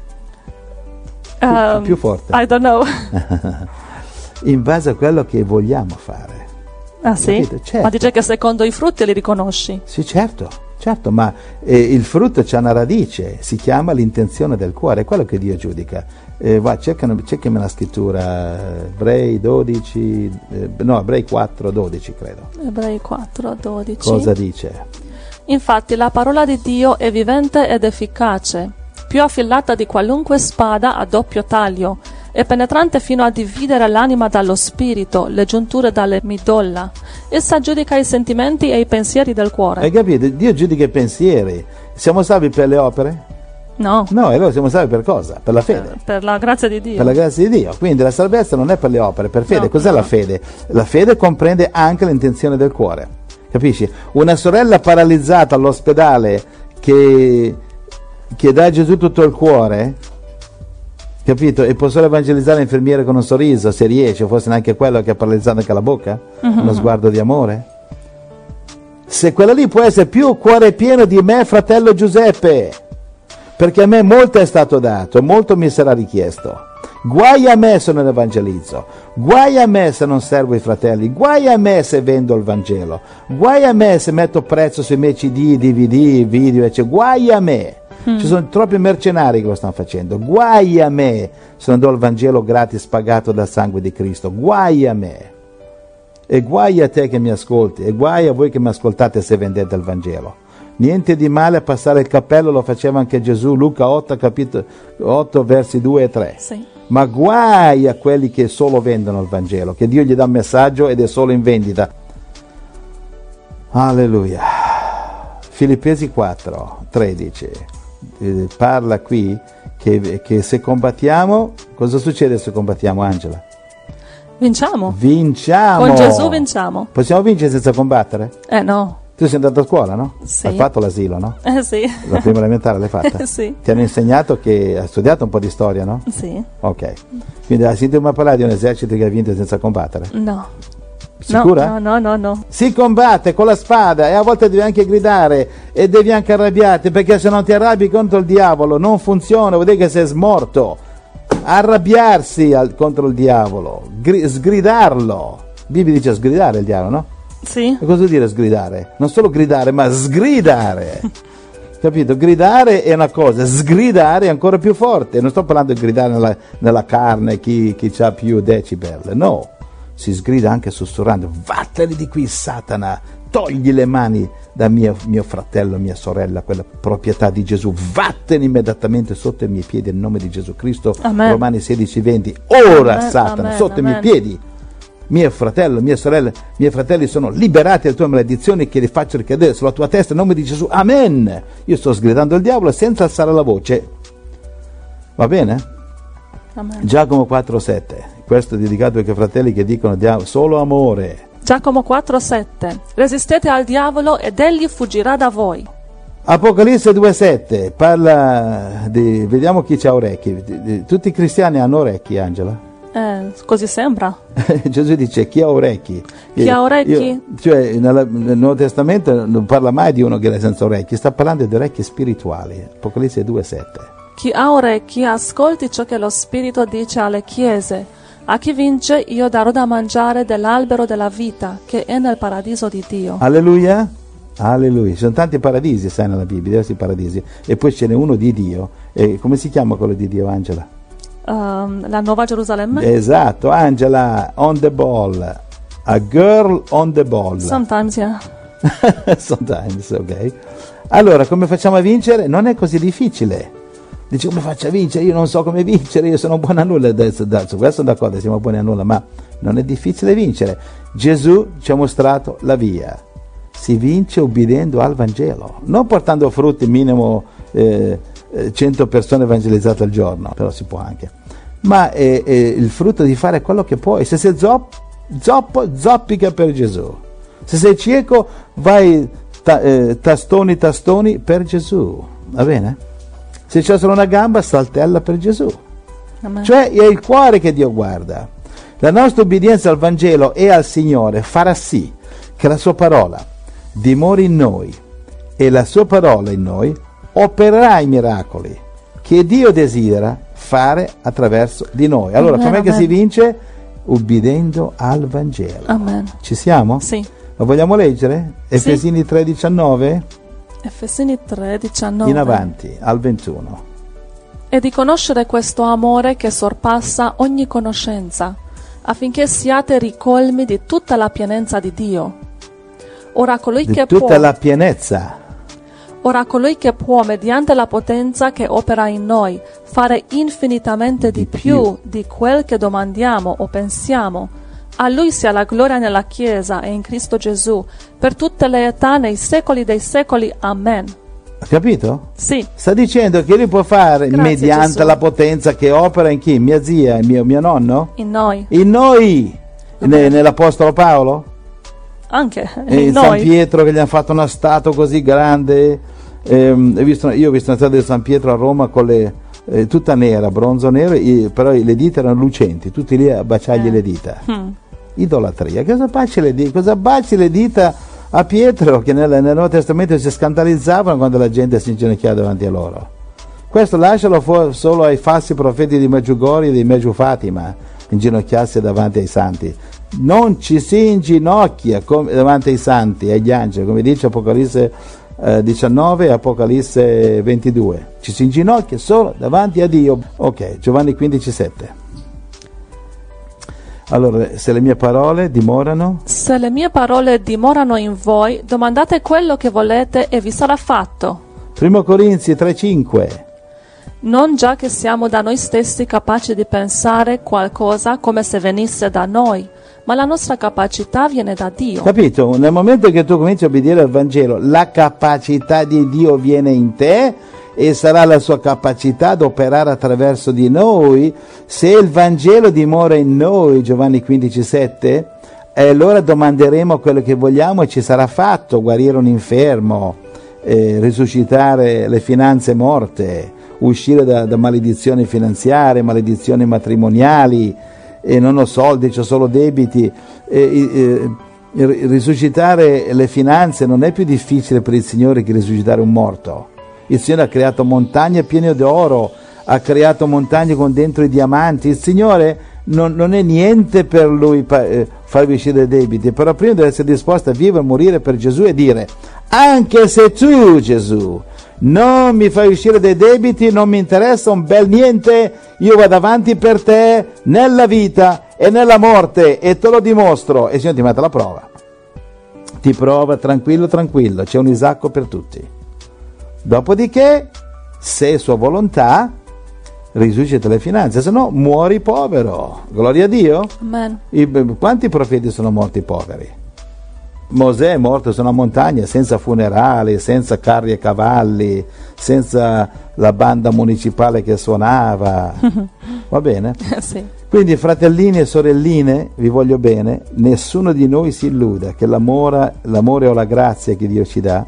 Um, più forte. I don't know. In base a quello che vogliamo fare. Ah sì? Capito? Certo. Ma dice che secondo i frutti li riconosci. Sì, certo, certo, ma eh, il frutto c'ha una radice, si chiama l'intenzione del cuore, è quello che Dio giudica. Eh, va, cercami, cercami la scrittura, eh, Ebrei dodici, eh, no, Ebrei quattro, dodici credo. Ebrei quattro, dodici. Cosa dice? Infatti la parola di Dio è vivente ed efficace, più affilata di qualunque spada a doppio taglio, è penetrante fino a dividere l'anima dallo spirito, le giunture dalle midolla. Essa giudica i sentimenti e i pensieri del cuore. Hai capito? Dio giudica i pensieri. Siamo salvi per le opere? No, No, e allora siamo salvi per cosa? Per la fede. per, per la grazia di Dio. Per la grazia di Dio. Quindi la salvezza non è per le opere, per fede. No, Cos'è no. la fede? La fede comprende anche l'intenzione del cuore. Capisci? Una sorella paralizzata all'ospedale che, che dà a Gesù tutto il cuore, capito? E può solo evangelizzare l'infermiere con un sorriso, se riesce, o forse neanche quello che ha paralizzato anche la bocca, Mm-hmm. uno sguardo di amore. Se quella lì può essere più cuore pieno di me, fratello Giuseppe, perché a me molto è stato dato, molto mi sarà richiesto. Guai a me se non evangelizzo, guai a me se non servo i fratelli, guai a me se vendo il Vangelo, guai a me se metto prezzo sui miei C D, D V D, video, eccetera, guai a me. Mm. Ci sono troppi mercenari che lo stanno facendo, guai a me se non do il Vangelo gratis pagato dal sangue di Cristo, guai a me. E guai a te che mi ascolti, e guai a voi che mi ascoltate se vendete il Vangelo. Niente di male a passare il cappello, lo faceva anche Gesù, Luca otto, capitolo otto, versi due e tre. Sì. Ma guai a quelli che solo vendono il Vangelo, che Dio gli dà un messaggio ed è solo in vendita. Alleluia. Filippesi quattro, tredici. Eh, parla qui che, che se combattiamo, cosa succede se combattiamo, Angela? Vinciamo. Vinciamo. Con Gesù vinciamo. Possiamo vincere senza combattere? Eh no. Tu sei andato a scuola, no? Sì. Hai fatto l'asilo, no? Eh sì. La prima elementare l'hai fatta? Sì. Ti hanno insegnato che hai studiato un po' di storia, no? Sì. Ok. Quindi hai sentito mai parlare di un esercito che ha vinto senza combattere? No. Sicura? No, no, no, no. Si combatte con la spada e a volte devi anche gridare e devi anche arrabbiarti, perché se non ti arrabbi contro il diavolo non funziona, vuol dire che sei smorto. Arrabbiarsi al, contro il diavolo, gri- sgridarlo. Bibbia dice sgridare il diavolo, no? Sì. E cosa vuol dire sgridare? Non solo gridare, ma sgridare. Capito? Gridare è una cosa, sgridare è ancora più forte. Non sto parlando di gridare nella, nella carne, chi, chi ha più decibel, no. Si sgrida anche sussurrando: vattene di qui, Satana, togli le mani da mio, mio fratello, mia sorella, quella proprietà di Gesù, vattene immediatamente sotto i miei piedi nel nome di Gesù Cristo. Amen. Romani sedici venti. Ora, Amen, Satana, amen, sotto amen. i miei piedi. Mio fratello, mia sorella, miei fratelli sono liberati dalle tue maledizioni che li faccio ricadere sulla tua testa nel nome di Gesù. Amen. Io sto sgridando il diavolo senza alzare la voce. Va bene? Amen. Giacomo quattro sette. Questo è dedicato ai fratelli che dicono diavolo, solo amore. Giacomo quattro sette. Resistete al diavolo ed egli fuggirà da voi. Apocalisse due sette. Parla di... Vediamo chi ha orecchi. Di- di- Tutti i cristiani hanno orecchi, Angela. Eh, così sembra. Gesù dice chi ha orecchi. Chi ha orecchi? Io- cioè nella- nel Nuovo Testamento non parla mai di uno che è senza orecchi, sta parlando di orecchi spirituali. Apocalisse due sette. Chi ha orecchi ascolti ciò che lo Spirito dice alle chiese. A chi vince io darò da mangiare dell'albero della vita che è nel paradiso di Dio. Alleluia. Alleluia. Ci sono tanti paradisi, sai, nella Bibbia, diversi paradisi. E poi ce n'è uno di Dio. E come si chiama quello di Dio, Angela? Um, la Nuova Gerusalemme? Esatto, Angela, on the ball. A girl on the ball. Sometimes, yeah. Sometimes, ok. Allora, come facciamo a vincere? Non è così difficile. Dice, come faccio a vincere? Io non so come vincere, io sono buono a nulla. Adesso, adesso, questo sono d'accordo, siamo buoni a nulla, ma non è difficile vincere. Gesù ci ha mostrato la via. Si vince ubbidendo al Vangelo, non portando frutti, minimo eh, cento persone evangelizzate al giorno, però si può anche. Ma è, è il frutto di fare quello che puoi. Se sei zoppo, zoppo zoppica per Gesù. Se sei cieco, vai ta, eh, tastoni, tastoni per Gesù. Va bene? Se c'è solo una gamba, saltella per Gesù. Amen. Cioè è il cuore che Dio guarda. La nostra obbedienza al Vangelo e al Signore farà sì che la sua parola dimori in noi e la sua parola in noi opererà i miracoli che Dio desidera fare attraverso di noi. Allora, Amen, com'è che amen. si vince? Ubbidendo al Vangelo. Amen. Ci siamo? Sì. Lo vogliamo leggere? Efesini tre diciannove? Efesini tre diciannove. In avanti, al ventuno. E di conoscere questo amore che sorpassa ogni conoscenza, affinché siate ricolmi di tutta la pienezza di Dio. Ora colui Di che tutta può, la pienezza. ora colui che può, mediante la potenza che opera in noi, fare infinitamente di, Di più, più. di quel che domandiamo o pensiamo. A Lui sia la gloria nella Chiesa e in Cristo Gesù, per tutte le età, nei secoli dei secoli. Amen. Ha capito? Sì, Sta dicendo che lui può fare Grazie, mediante Gesù. la potenza che opera in chi? Mia zia e mio, mio nonno? in noi. In noi! Ne- nell'Apostolo Paolo? Anche E in in San noi. Pietro che gli hanno fatto una statua così grande. Ehm, hai visto- io ho visto una statua di San Pietro a Roma con le, eh, tutta nera, bronzo nero, e- però le dita erano lucenti, tutti lì a baciargli Eh. le dita. Hmm. Idolatria. Cosa baci le dita? Cosa baci le dita a Pietro che nel, nel Nuovo Testamento si scandalizzavano quando la gente si inginocchiava davanti a loro? Questo lascialo fu- solo ai falsi profeti di Meggiugorje e di Meggiu Fatima, inginocchiarsi davanti ai santi. Non ci si inginocchia come, davanti ai santi, agli angeli, come dice Apocalisse eh, diciannove e Apocalisse ventidue. Ci si inginocchia solo davanti a Dio. Ok, Giovanni quindici sette. Allora, se le mie parole dimorano, Se le mie parole dimorano in voi, domandate quello che volete e vi sarà fatto. primo Corinzi tre cinque. Non già che siamo da noi stessi capaci di pensare qualcosa come se venisse da noi, ma la nostra capacità viene da Dio. Capito? Nel momento che tu cominci a obbedire al Vangelo, la capacità di Dio viene in te e sarà la sua capacità ad operare attraverso di noi. Se il Vangelo dimora in noi, Giovanni quindici sette, e allora domanderemo quello che vogliamo e ci sarà fatto: guarire un infermo, eh, risuscitare le finanze morte, uscire da, da maledizioni finanziarie, maledizioni matrimoniali, e non ho soldi, ho solo debiti. E, e, risuscitare le finanze non è più difficile per il Signore che risuscitare un morto. Il Signore ha creato montagne piene d'oro, ha creato montagne con dentro i diamanti. Il Signore non, non è niente per Lui pa, eh, farvi uscire dai debiti, però prima deve essere disposto a vivere e morire per Gesù e dire: anche se tu, Gesù, non mi fai uscire dai debiti, non mi interessa un bel niente, io vado avanti per te nella vita e nella morte e te lo dimostro. E il Signore ti mette alla prova, ti prova tranquillo tranquillo, c'è un Isacco per tutti. Dopodiché, se è sua volontà, risuscita le finanze, se no muori povero. Gloria a Dio. Amen. I, quanti profeti sono morti poveri? Mosè è morto su una montagna senza funerali, senza carri e cavalli, senza la banda municipale che suonava. Va bene? Sì. Quindi, fratellini e sorelline, vi voglio bene, nessuno di noi si illuda che l'amore, l'amore o la grazia che Dio ci dà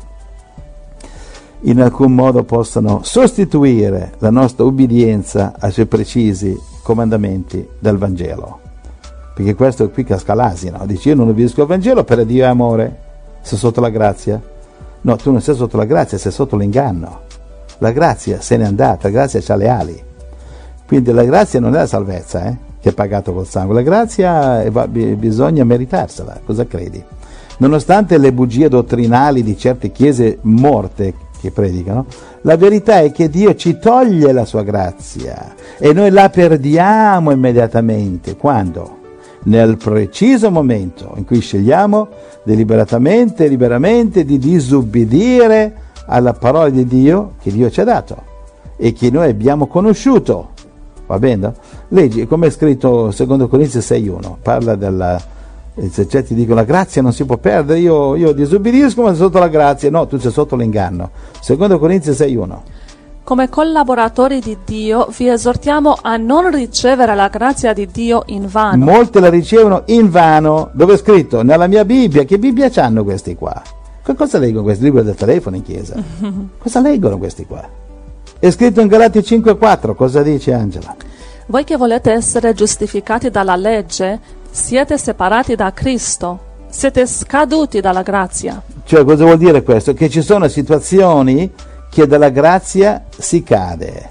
in alcun modo possano sostituire la nostra ubbidienza ai suoi precisi comandamenti del Vangelo. Perché questo qui casca l'asino, dici io non obbedisco al Vangelo, per Dio è amore, sei sotto la grazia. No, tu non sei sotto la grazia, sei sotto l'inganno. La grazia se n'è andata, la grazia c'ha le ali. Quindi la grazia non è la salvezza, eh, che è pagato col sangue, la grazia è, va, bisogna meritarsela, cosa credi? Nonostante le bugie dottrinali di certe chiese morte che predicano, la verità è che Dio ci toglie la sua grazia e noi la perdiamo immediatamente. Quando? Nel preciso momento in cui scegliamo deliberatamente e liberamente di disubbidire alla parola di Dio che Dio ci ha dato e che noi abbiamo conosciuto. Va bene? Leggi, come è scritto secondo Corinzi sei uno, parla della, se certi dicono la grazia non si può perdere, io, io disubbidisco ma sono sotto la grazia. No, tu sei sotto l'inganno. Secondo Corinzi sei uno. Come collaboratori di Dio vi esortiamo a non ricevere la grazia di Dio in vano. Molti la ricevono in vano. Dove è scritto? Nella mia Bibbia. Che Bibbia c'hanno questi qua? Che cosa leggono questi libri del telefono in chiesa? Cosa leggono questi qua? È scritto in Galati cinque quattro. Cosa dice Angela? Voi che volete essere giustificati dalla legge, siete separati da Cristo. Siete scaduti dalla grazia. Cioè, cosa vuol dire questo? Che ci sono situazioni che dalla grazia si cade.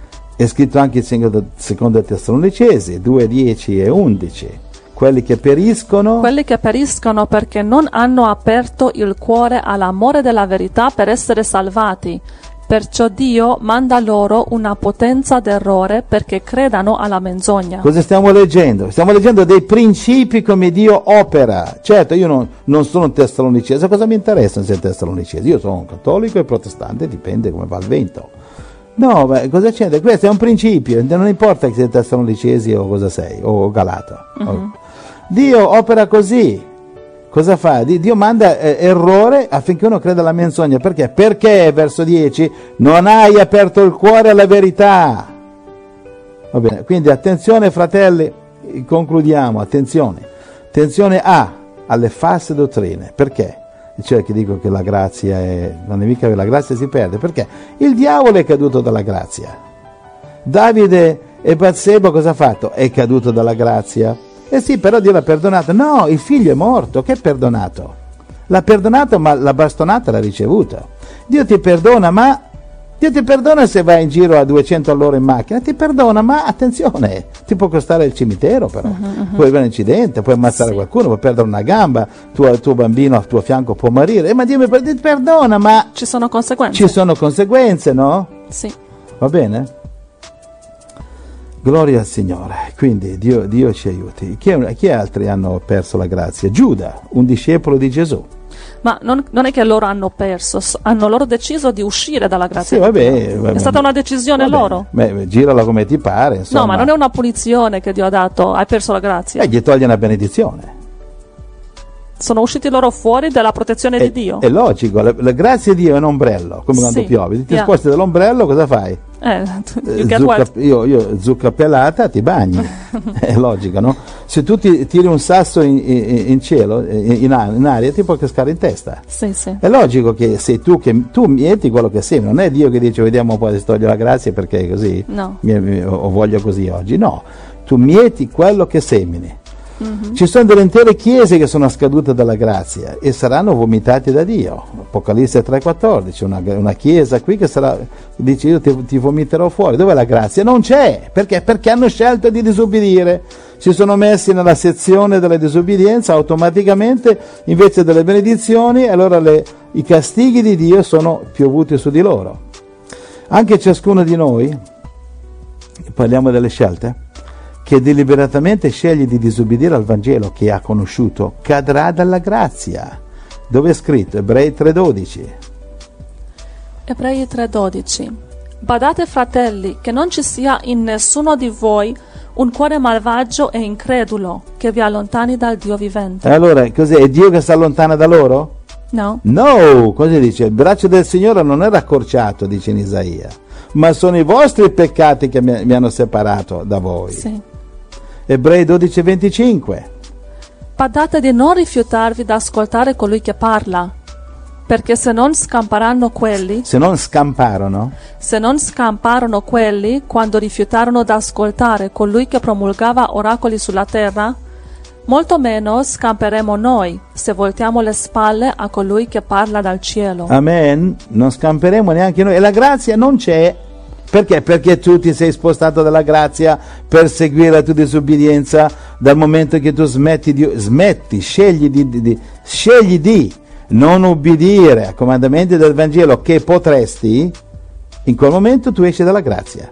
È scritto anche in seconda Tessalonicesi due, dieci e undici. Quelli che periscono quelli che periscono perché non hanno aperto il cuore all'amore della verità per essere salvati. Perciò Dio manda loro una potenza d'errore perché credano alla menzogna. Cosa stiamo leggendo? Stiamo leggendo dei principi come Dio opera. Certo, io non, non sono tessalonicese, cosa mi interessa se è tessalonicese? Io sono un cattolico e protestante, dipende come va il vento. No, ma cosa c'è? Questo è un principio, non importa che sei tessalonicesi o cosa sei, o Galata. Uh-huh. Dio opera così. Cosa fa? Dio manda eh, errore affinché uno creda alla menzogna. Perché? Perché, verso dieci, non hai aperto il cuore alla verità. Va bene, quindi attenzione fratelli, concludiamo, attenzione. Attenzione A, alle false dottrine. Perché? Cioè che dico che la grazia è... non è mica che la grazia si perde. Perché? Il diavolo è caduto dalla grazia. Davide e Batseba cosa ha fatto? È caduto dalla grazia. Eh sì, però Dio l'ha perdonato. No, il figlio è morto, che è perdonato? L'ha perdonato, ma la bastonata l'ha ricevuta. Dio ti perdona, ma Dio ti perdona se vai in giro a duecento all'ora in macchina, ti perdona, ma attenzione, ti può costare il cimitero però. Uh-huh, uh-huh. Puoi avere un incidente, puoi ammazzare sì. qualcuno, puoi perdere una gamba, tuo, il tuo bambino al tuo fianco può morire. Eh, ma Dio mi perdona, ma ci sono conseguenze. Ci sono conseguenze, no? Sì. Va bene? Gloria al Signore, quindi Dio, Dio ci aiuti. Chi, chi altri hanno perso la grazia? Giuda, un discepolo di Gesù. Ma non, non è che loro hanno perso, hanno loro deciso di uscire dalla grazia. Sì, vabbè, vabbè, è stata una decisione vabbè, loro. Beh, girala come ti pare, insomma. No, ma non è una punizione che Dio ha dato, hai perso la grazia. E gli toglie una benedizione. Sono usciti loro fuori dalla protezione è, di Dio. È logico, la, la grazia di Dio è un ombrello, come quando sì, piove. Ti yeah. sposti dall'ombrello, cosa fai? Eh, zucca, io, io zucca pelata, ti bagni. È logico, no? Se tu ti tiri un sasso in, in, in cielo, in, in aria, ti può cascare in testa. Sì, sì. È logico che sei tu che tu mieti quello che sei, non è Dio che dice vediamo un po' se toglie la grazia perché è così, no. mi, mi, ho voglia così oggi. No, tu mieti quello che semini. Mm-hmm. Ci sono delle intere chiese che sono scadute dalla grazia e saranno vomitati da Dio. Apocalisse tre quattordici, una, una chiesa qui che sarà, dice io ti, ti vomiterò fuori. Dov'è la grazia? Non c'è. Perché? Perché hanno scelto di disobbedire. Si sono messi nella sezione della disobbedienza automaticamente invece delle benedizioni, e allora le, i castighi di Dio sono piovuti su di loro. Anche ciascuno di noi, parliamo delle scelte, che deliberatamente sceglie di disobbedire al Vangelo che ha conosciuto, cadrà dalla grazia. Dove è scritto? Ebrei tre dodici. Ebrei tre dodici. Badate, fratelli, che non ci sia in nessuno di voi un cuore malvagio e incredulo che vi allontani dal Dio vivente. E allora, cos'è? È Dio che si allontana da loro? No. No, cosa dice? Il braccio del Signore non è raccorciato, dice in Isaia, ma sono i vostri peccati che mi, mi hanno separato da voi. Sì. Ebrei dodici venticinque. Badate di non rifiutarvi da ascoltare colui che parla, perché se non scamparono quelli, Se non scamparono, se non scamparono quelli quando rifiutarono d'ascoltare colui che promulgava oracoli sulla terra, molto meno scamperemo noi se voltiamo le spalle a colui che parla dal cielo. amen, non scamperemo neanche noi. E la grazia non c'è. Perché? Perché tu ti sei spostato dalla grazia per seguire la tua disobbedienza. Dal momento che tu smetti di, smetti, scegli di, di, di, scegli di non ubbidire ai comandamenti del Vangelo che potresti, in quel momento tu esci dalla grazia.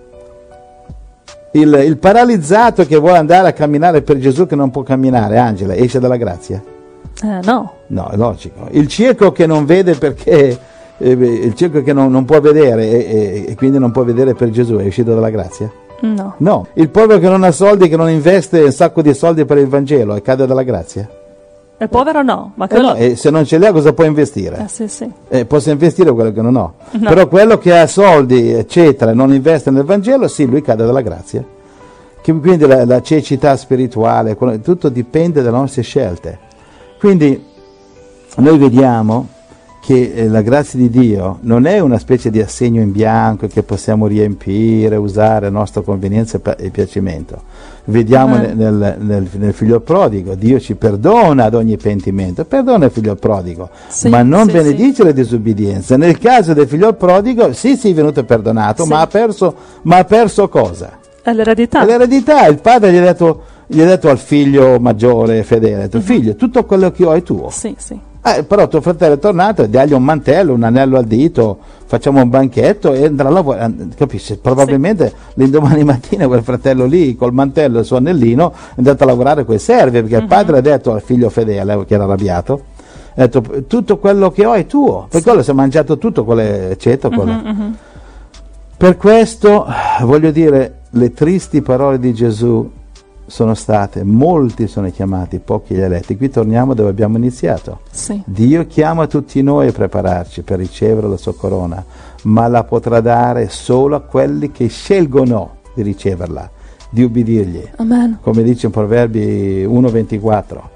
Il, il paralizzato che vuole andare a camminare per Gesù che non può camminare, Angela, esce dalla grazia? Eh, no. No, è logico. Il cieco che non vede perché eh, il cieco che non, non può vedere e, e, e quindi non può vedere per Gesù è uscito dalla grazia? No. No. Il povero che non ha soldi, che non investe un sacco di soldi per il Vangelo e cade dalla grazia? Il povero no, ma Eh quello... no, e se non ce li ha cosa può investire? Eh, sì, sì. Eh, posso investire quello che non ho. No. Però quello che ha soldi, eccetera, e non investe nel Vangelo, sì, lui cade dalla grazia. Che quindi la, la cecità spirituale, quello- tutto dipende dalle nostre scelte. Quindi noi vediamo che eh, la grazia di Dio non è una specie di assegno in bianco che possiamo riempire, usare a nostra convenienza e pa- e piacimento. Vediamo Ah. nel, nel, nel, nel figlio prodigo, Dio ci perdona ad ogni pentimento, perdona il figlio prodigo, Sì, ma non sì, benedice le disobbedienze. Nel caso del figlio prodigo, sì, sì, è venuto perdonato, Sì. ma ha perso, ma ha perso cosa? È l'eredità. È l'eredità. Il padre gli ha detto, gli ha detto al figlio maggiore fedele, ha detto, figlio, tutto quello che ho è tuo. Sì, sì. Eh, però tuo fratello è tornato e dagli un mantello, un anello al dito, facciamo un banchetto e andrà a lavorare, capisci? Probabilmente l'indomani mattina quel fratello lì col mantello e il suo anellino è andato a lavorare coi servi, perché il padre ha detto al figlio fedele, che era arrabbiato, ha detto tutto quello che ho è tuo, per quello si è mangiato tutto, quelle eccetera. Quelle. Per questo voglio dire, le tristi parole di Gesù sono state, molti sono chiamati, pochi gli eletti. Qui torniamo dove abbiamo iniziato. Sì. Dio chiama tutti noi a prepararci per ricevere la sua corona, ma la potrà dare solo a quelli che scelgono di riceverla, di ubbidirgli. Amen. Come dice in Proverbi uno ventiquattro.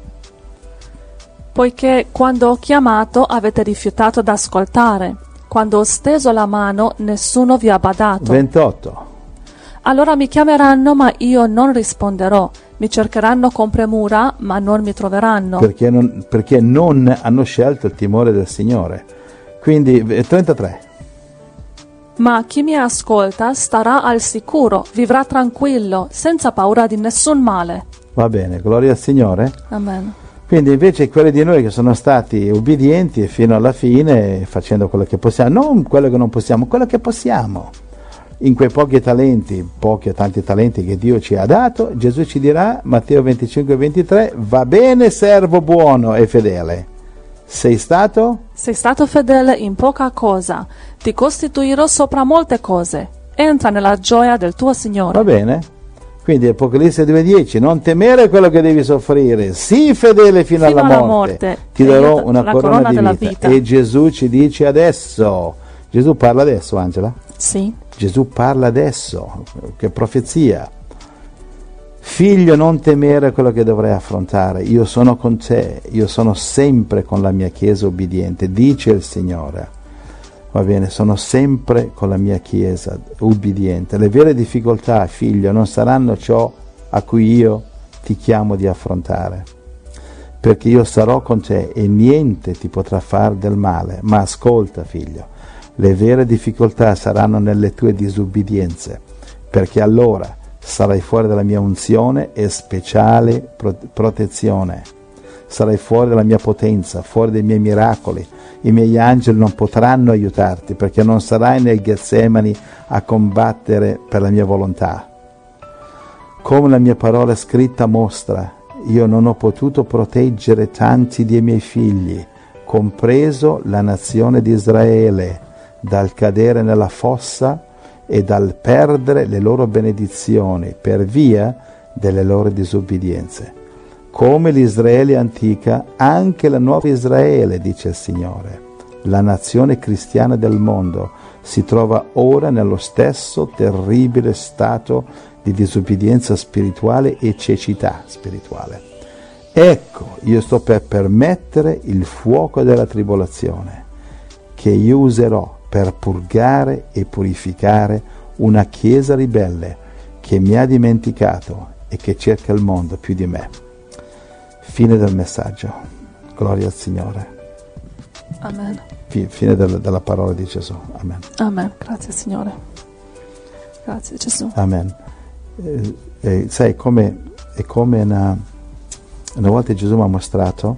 Poiché quando ho chiamato avete rifiutato d'ascoltare, quando ho steso la mano nessuno vi ha badato. ventotto. Allora mi chiameranno ma io non risponderò, mi cercheranno con premura ma non mi troveranno. Perché non, perché non hanno scelto il timore del Signore. Quindi eh, trentatré. Ma chi mi ascolta starà al sicuro, vivrà tranquillo, senza paura di nessun male. Va bene, gloria al Signore. Amen. Quindi invece quelli di noi che sono stati ubbidienti fino alla fine, facendo quello che possiamo, non quello che non possiamo, quello che possiamo. In quei pochi talenti, pochi o tanti talenti che Dio ci ha dato, Gesù ci dirà, Matteo venticinque ventitré, va bene servo buono e fedele. Sei stato? Sei stato fedele in poca cosa, ti costituirò sopra molte cose. Entra nella gioia del tuo Signore. Va bene. Quindi Apocalisse due dieci, non temere quello che devi soffrire, sii fedele fino, Fino alla alla morte, morte, ti e darò io una la corona, corona di della vita. vita. E Gesù ci dice adesso, Gesù parla adesso, Angela? Sì. Gesù parla adesso, che profezia. Figlio, non temere quello che dovrai affrontare, io sono con te, io sono sempre con la mia Chiesa ubbidiente, dice il Signore. Va bene, sono sempre con la mia Chiesa ubbidiente. Le vere difficoltà, figlio, non saranno ciò a cui io ti chiamo di affrontare, perché io sarò con te e niente ti potrà fare del male. Ma ascolta, figlio, le vere difficoltà saranno nelle tue disubbidienze, perché allora sarai fuori dalla mia unzione e speciale pro- protezione. sarai fuori dalla mia potenza, fuori dai miei miracoli. I miei angeli non potranno aiutarti perché non sarai nel Getsemani a combattere per la mia volontà. Come la mia parola scritta mostra, io non ho potuto proteggere tanti dei miei figli, compreso la nazione di Israele, dal cadere nella fossa e dal perdere le loro benedizioni per via delle loro disubbidienze. Come l'Israele antica, anche la nuova Israele, dice il Signore, la nazione cristiana del mondo, si trova ora nello stesso terribile stato di disubbidienza spirituale e cecità spirituale. Ecco, io sto per permettere il fuoco della tribolazione, che io userò per purgare e purificare una chiesa ribelle che mi ha dimenticato e che cerca il mondo più di me. Fine del messaggio. Gloria al Signore. Amen. Fine del, della parola di Gesù. Amen. Amen. Grazie Signore. Grazie Gesù. Amen. Eh, eh, sai, come, è come una, una volta Gesù mi ha mostrato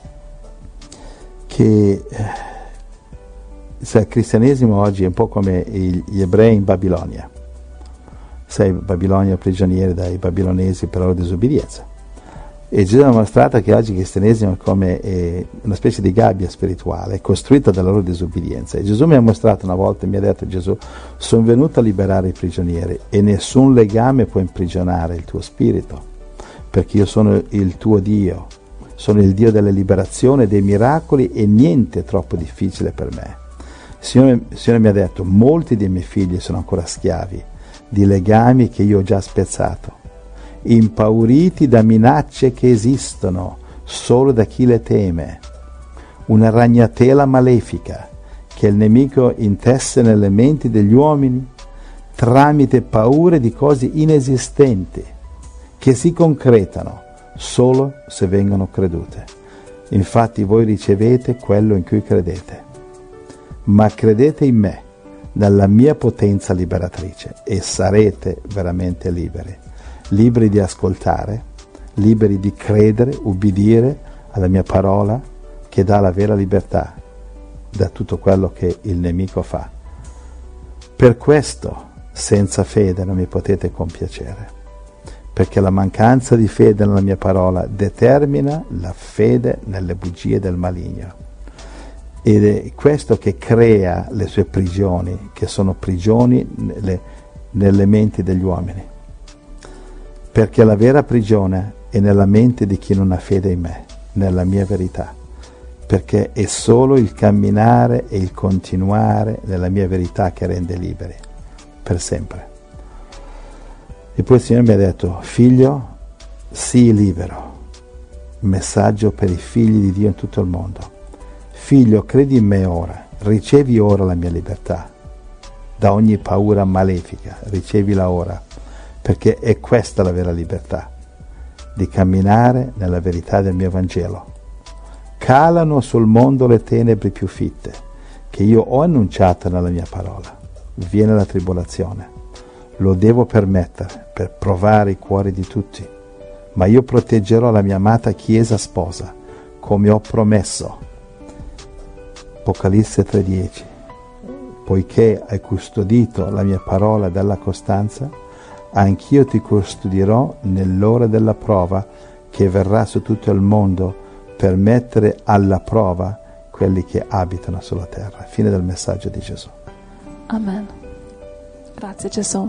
che eh, sai, il cristianesimo oggi è un po' come gli ebrei in Babilonia. Sai, Babilonia prigionieri dai babilonesi per la loro disubbidienza. E Gesù ha mostrato che oggi il cristianesimo è come eh, una specie di gabbia spirituale costruita dalla loro disubbidienza. E Gesù mi ha mostrato una volta, mi ha detto: Gesù, sono venuto a liberare i prigionieri e nessun legame può imprigionare il tuo spirito, perché io sono il tuo Dio, sono il Dio della liberazione, dei miracoli, e niente è troppo difficile per me. Il Signore, il Signore mi ha detto: molti dei miei figli sono ancora schiavi di legami che io ho già spezzato, impauriti da minacce che esistono solo da chi le teme, una ragnatela malefica che il nemico intesse nelle menti degli uomini tramite paure di cose inesistenti che si concretano solo se vengono credute. Infatti voi ricevete quello in cui credete, ma credete in me, nella mia potenza liberatrice, e sarete veramente liberi. Liberi di ascoltare, liberi di credere, ubbidire alla mia parola che dà la vera libertà da tutto quello che il nemico fa. Per questo, senza fede non mi potete compiacere, perché la mancanza di fede nella mia parola determina la fede nelle bugie del maligno. Ed è questo che crea le sue prigioni, che sono prigioni nelle, nelle menti degli uomini. Perché la vera prigione è nella mente di chi non ha fede in me, nella mia verità, perché è solo il camminare e il continuare nella mia verità che rende liberi, per sempre. E poi il Signore mi ha detto: figlio, sii libero, messaggio per i figli di Dio in tutto il mondo. Figlio, credi in me ora, ricevi ora la mia libertà, da ogni paura malefica, ricevila ora. Perché è questa la vera libertà, di camminare nella verità del mio Vangelo. Calano sul mondo le tenebre più fitte, che io ho annunciato nella mia parola. Viene la tribolazione, lo devo permettere per provare i cuori di tutti, ma io proteggerò la mia amata Chiesa sposa, come ho promesso. Apocalisse tre dieci. Poiché hai custodito la mia parola della costanza, anch'io ti custodirò nell'ora della prova che verrà su tutto il mondo per mettere alla prova quelli che abitano sulla terra. Fine del messaggio di Gesù. Amen. Grazie Gesù.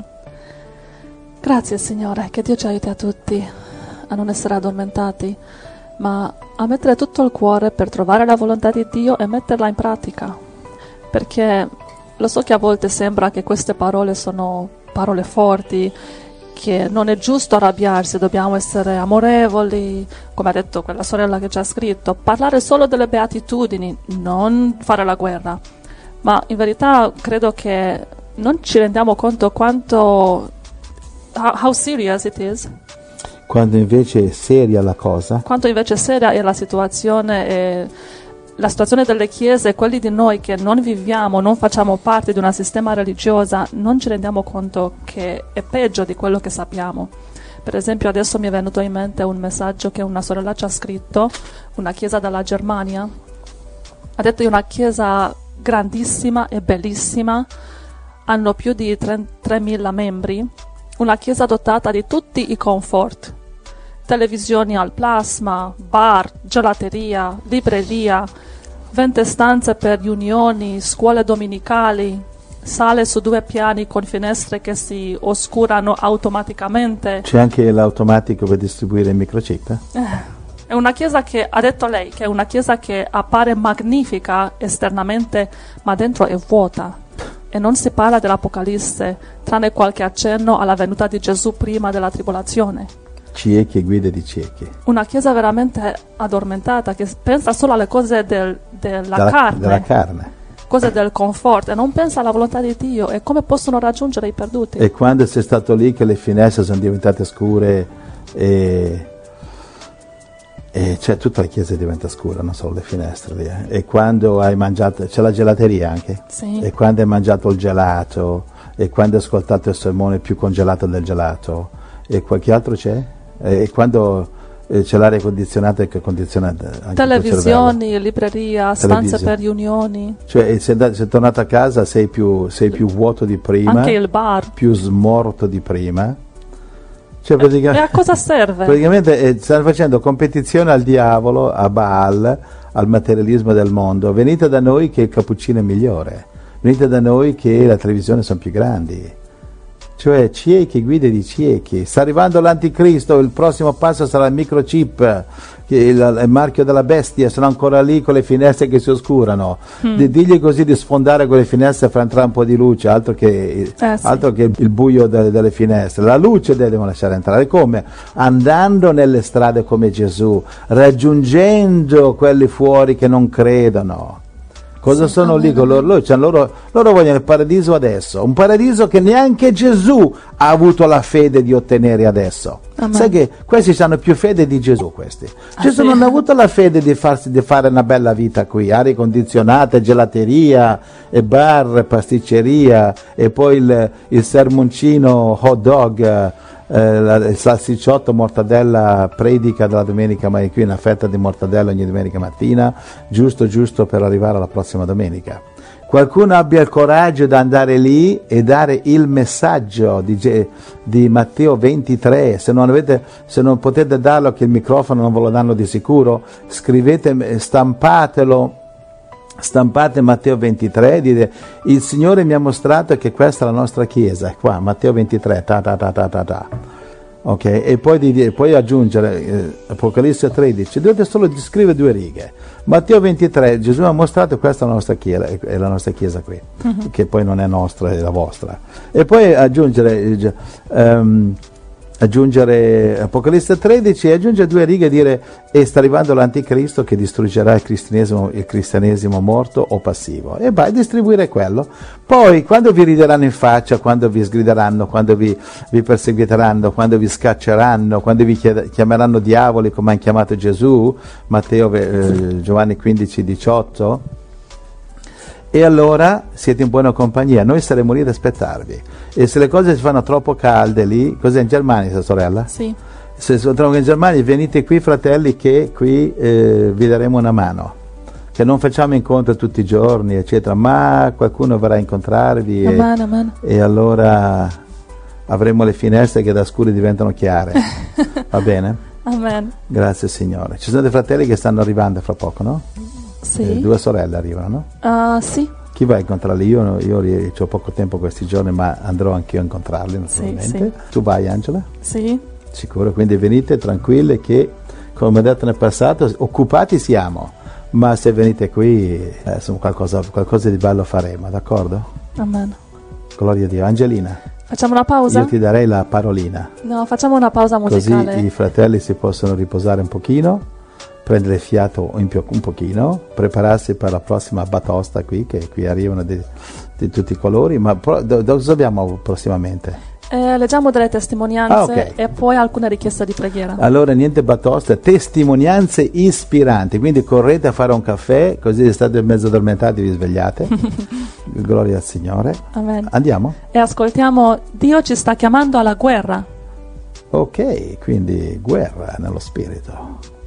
Grazie Signore, che Dio ci aiuti a tutti a non essere addormentati, ma a mettere tutto il cuore per trovare la volontà di Dio e metterla in pratica. Perché lo so che a volte sembra che queste parole sono parole forti, che non è giusto arrabbiarsi, dobbiamo essere amorevoli, come ha detto quella sorella che ci ha scritto, parlare solo delle beatitudini, non fare la guerra. Ma in verità credo che non ci rendiamo conto quanto how, how serious it is. Quando invece è seria la cosa. Quanto invece seria è la situazione e la situazione delle chiese, quelli di noi che non viviamo, non facciamo parte di una sistema religiosa, non ci rendiamo conto che è peggio di quello che sappiamo. Per esempio adesso mi è venuto in mente un messaggio che una sorella ci ha scritto, una chiesa dalla Germania. Ha detto è una chiesa grandissima e bellissima, hanno più di tremila membri, una chiesa dotata di tutti i comfort, televisioni al plasma, bar, gelateria, libreria, venti stanze per riunioni, scuole domenicali, sale su due piani con finestre che si oscurano automaticamente. C'è anche l'automatico per distribuire il microchip? Eh. È una chiesa che, ha detto lei, che è una chiesa che appare magnifica esternamente, ma dentro è vuota. E non si parla dell'Apocalisse, tranne qualche accenno alla venuta di Gesù prima della tribolazione. Ciechi e guide di ciechi. Una chiesa veramente addormentata, che pensa solo alle cose del, della, della, carne, della carne, cose del comfort, e non pensa alla volontà di Dio e come possono raggiungere i perduti. E quando sei stato lì che le finestre sono diventate scure e... E cioè tutta la chiesa diventa scura, non solo le finestre lì. Eh. E quando hai mangiato, c'è la gelateria anche? Sì. E quando hai mangiato il gelato, e quando hai ascoltato il sermone più congelato del gelato, e qualche altro c'è? E, e quando eh, c'è l'aria condizionata che condiziona anche televisioni, libreria, stanze per riunioni. Cioè sei, da, sei tornato a casa, sei più, sei più vuoto di prima, anche il bar, più smorto di prima. Cioè, e a cosa serve? Praticamente eh, stanno facendo competizione al diavolo, a Baal, al materialismo del mondo. Venite da noi che il cappuccino è migliore, venite da noi che la televisione sono più grandi. Cioè ciechi, guide di ciechi. Sta arrivando l'anticristo, il prossimo passo sarà il microchip, che il, il marchio della bestia, sono ancora lì con le finestre che si oscurano. Mm. Di, digli così di sfondare quelle finestre per entrare un po' di luce, altro che, eh, sì. altro che il buio delle, delle finestre. La luce devono lasciare entrare. Come? Andando nelle strade come Gesù, raggiungendo quelli fuori che non credono. Cosa sì, sono lì con loro? Loro, cioè, loro? Loro vogliono il paradiso adesso, un paradiso che neanche Gesù ha avuto la fede di ottenere adesso. Amen. Sai che questi hanno più fede di Gesù, questi. Ah, Gesù sì. non ha avuto la fede di, farsi, di fare una bella vita qui, aria condizionata, gelateria, e bar, pasticceria, e poi il, il sermoncino hot dog, eh, la, il salsicciotto, mortadella, predica della domenica, ma è qui una fetta di mortadella ogni domenica mattina, giusto giusto per arrivare alla prossima domenica. Qualcuno abbia il coraggio di andare lì e dare il messaggio di, di Matteo ventitré. Se non, avete, se non potete darlo, che il microfono non ve lo danno di sicuro, scrivete, stampatelo, stampate Matteo ventitré, dite il Signore mi ha mostrato che questa è la nostra chiesa, è qua Matteo ventitré, ta ta ta ta ta ta. Ok, e poi, di, poi aggiungere eh, Apocalisse tredici, dovete solo scrivere due righe. Matteo ventitré, Gesù mi ha mostrato questa è la nostra chiesa, è la nostra chiesa qui, uh-huh. che poi non è nostra, è la vostra. E poi aggiungere um, aggiungere Apocalisse tredici e aggiungere due righe e dire e sta arrivando l'anticristo che distruggerà il cristianesimo, il cristianesimo morto o passivo, e vai a distribuire quello. Poi quando vi rideranno in faccia, quando vi sgrideranno, quando vi, vi perseguiteranno, quando vi scacceranno, quando vi chiameranno diavoli come hanno chiamato Gesù, Matteo eh, Giovanni quindici diciotto, e allora siete in buona compagnia, noi saremo lì ad aspettarvi. E se le cose si fanno troppo calde lì, cos'è in Germania, sua sorella? Sì. Se si trovano in Germania, venite qui fratelli che qui eh, vi daremo una mano, che non facciamo incontri tutti i giorni eccetera, ma qualcuno verrà a incontrarvi amen, e, amen. e allora avremo le finestre che da scure diventano chiare. Va bene? Amen. Grazie Signore. Ci sono dei fratelli che stanno arrivando fra poco, no? Sì. Eh, due sorelle arrivano, no? Uh, sì. Chi va a incontrarli? Io, io, io ho poco tempo questi giorni, ma andrò anch'io a incontrarli naturalmente. Sì, sì. Tu vai, Angela? Sì. Sicuro, quindi venite tranquille che, come ho detto nel passato, occupati siamo, ma se venite qui eh, insomma, qualcosa, qualcosa di bello faremo, d'accordo? Amen. Gloria a Dio. Angelina, facciamo una pausa? Io ti darei la parolina. No, facciamo una pausa musicale. Così i fratelli si possono riposare un pochino, prendere fiato un, po- un pochino, prepararsi per la prossima batosta qui, che qui arrivano di, di tutti i colori, ma pro- do- dove abbiamo prossimamente? Eh, leggiamo delle testimonianze ah, okay. e poi alcune richieste di preghiera. Allora niente batosta, testimonianze ispiranti, quindi correte a fare un caffè, così state mezzo addormentati e vi svegliate. Gloria al Signore. Amen. Andiamo? E ascoltiamo Dio ci sta chiamando alla guerra. Ok, quindi guerra nello spirito.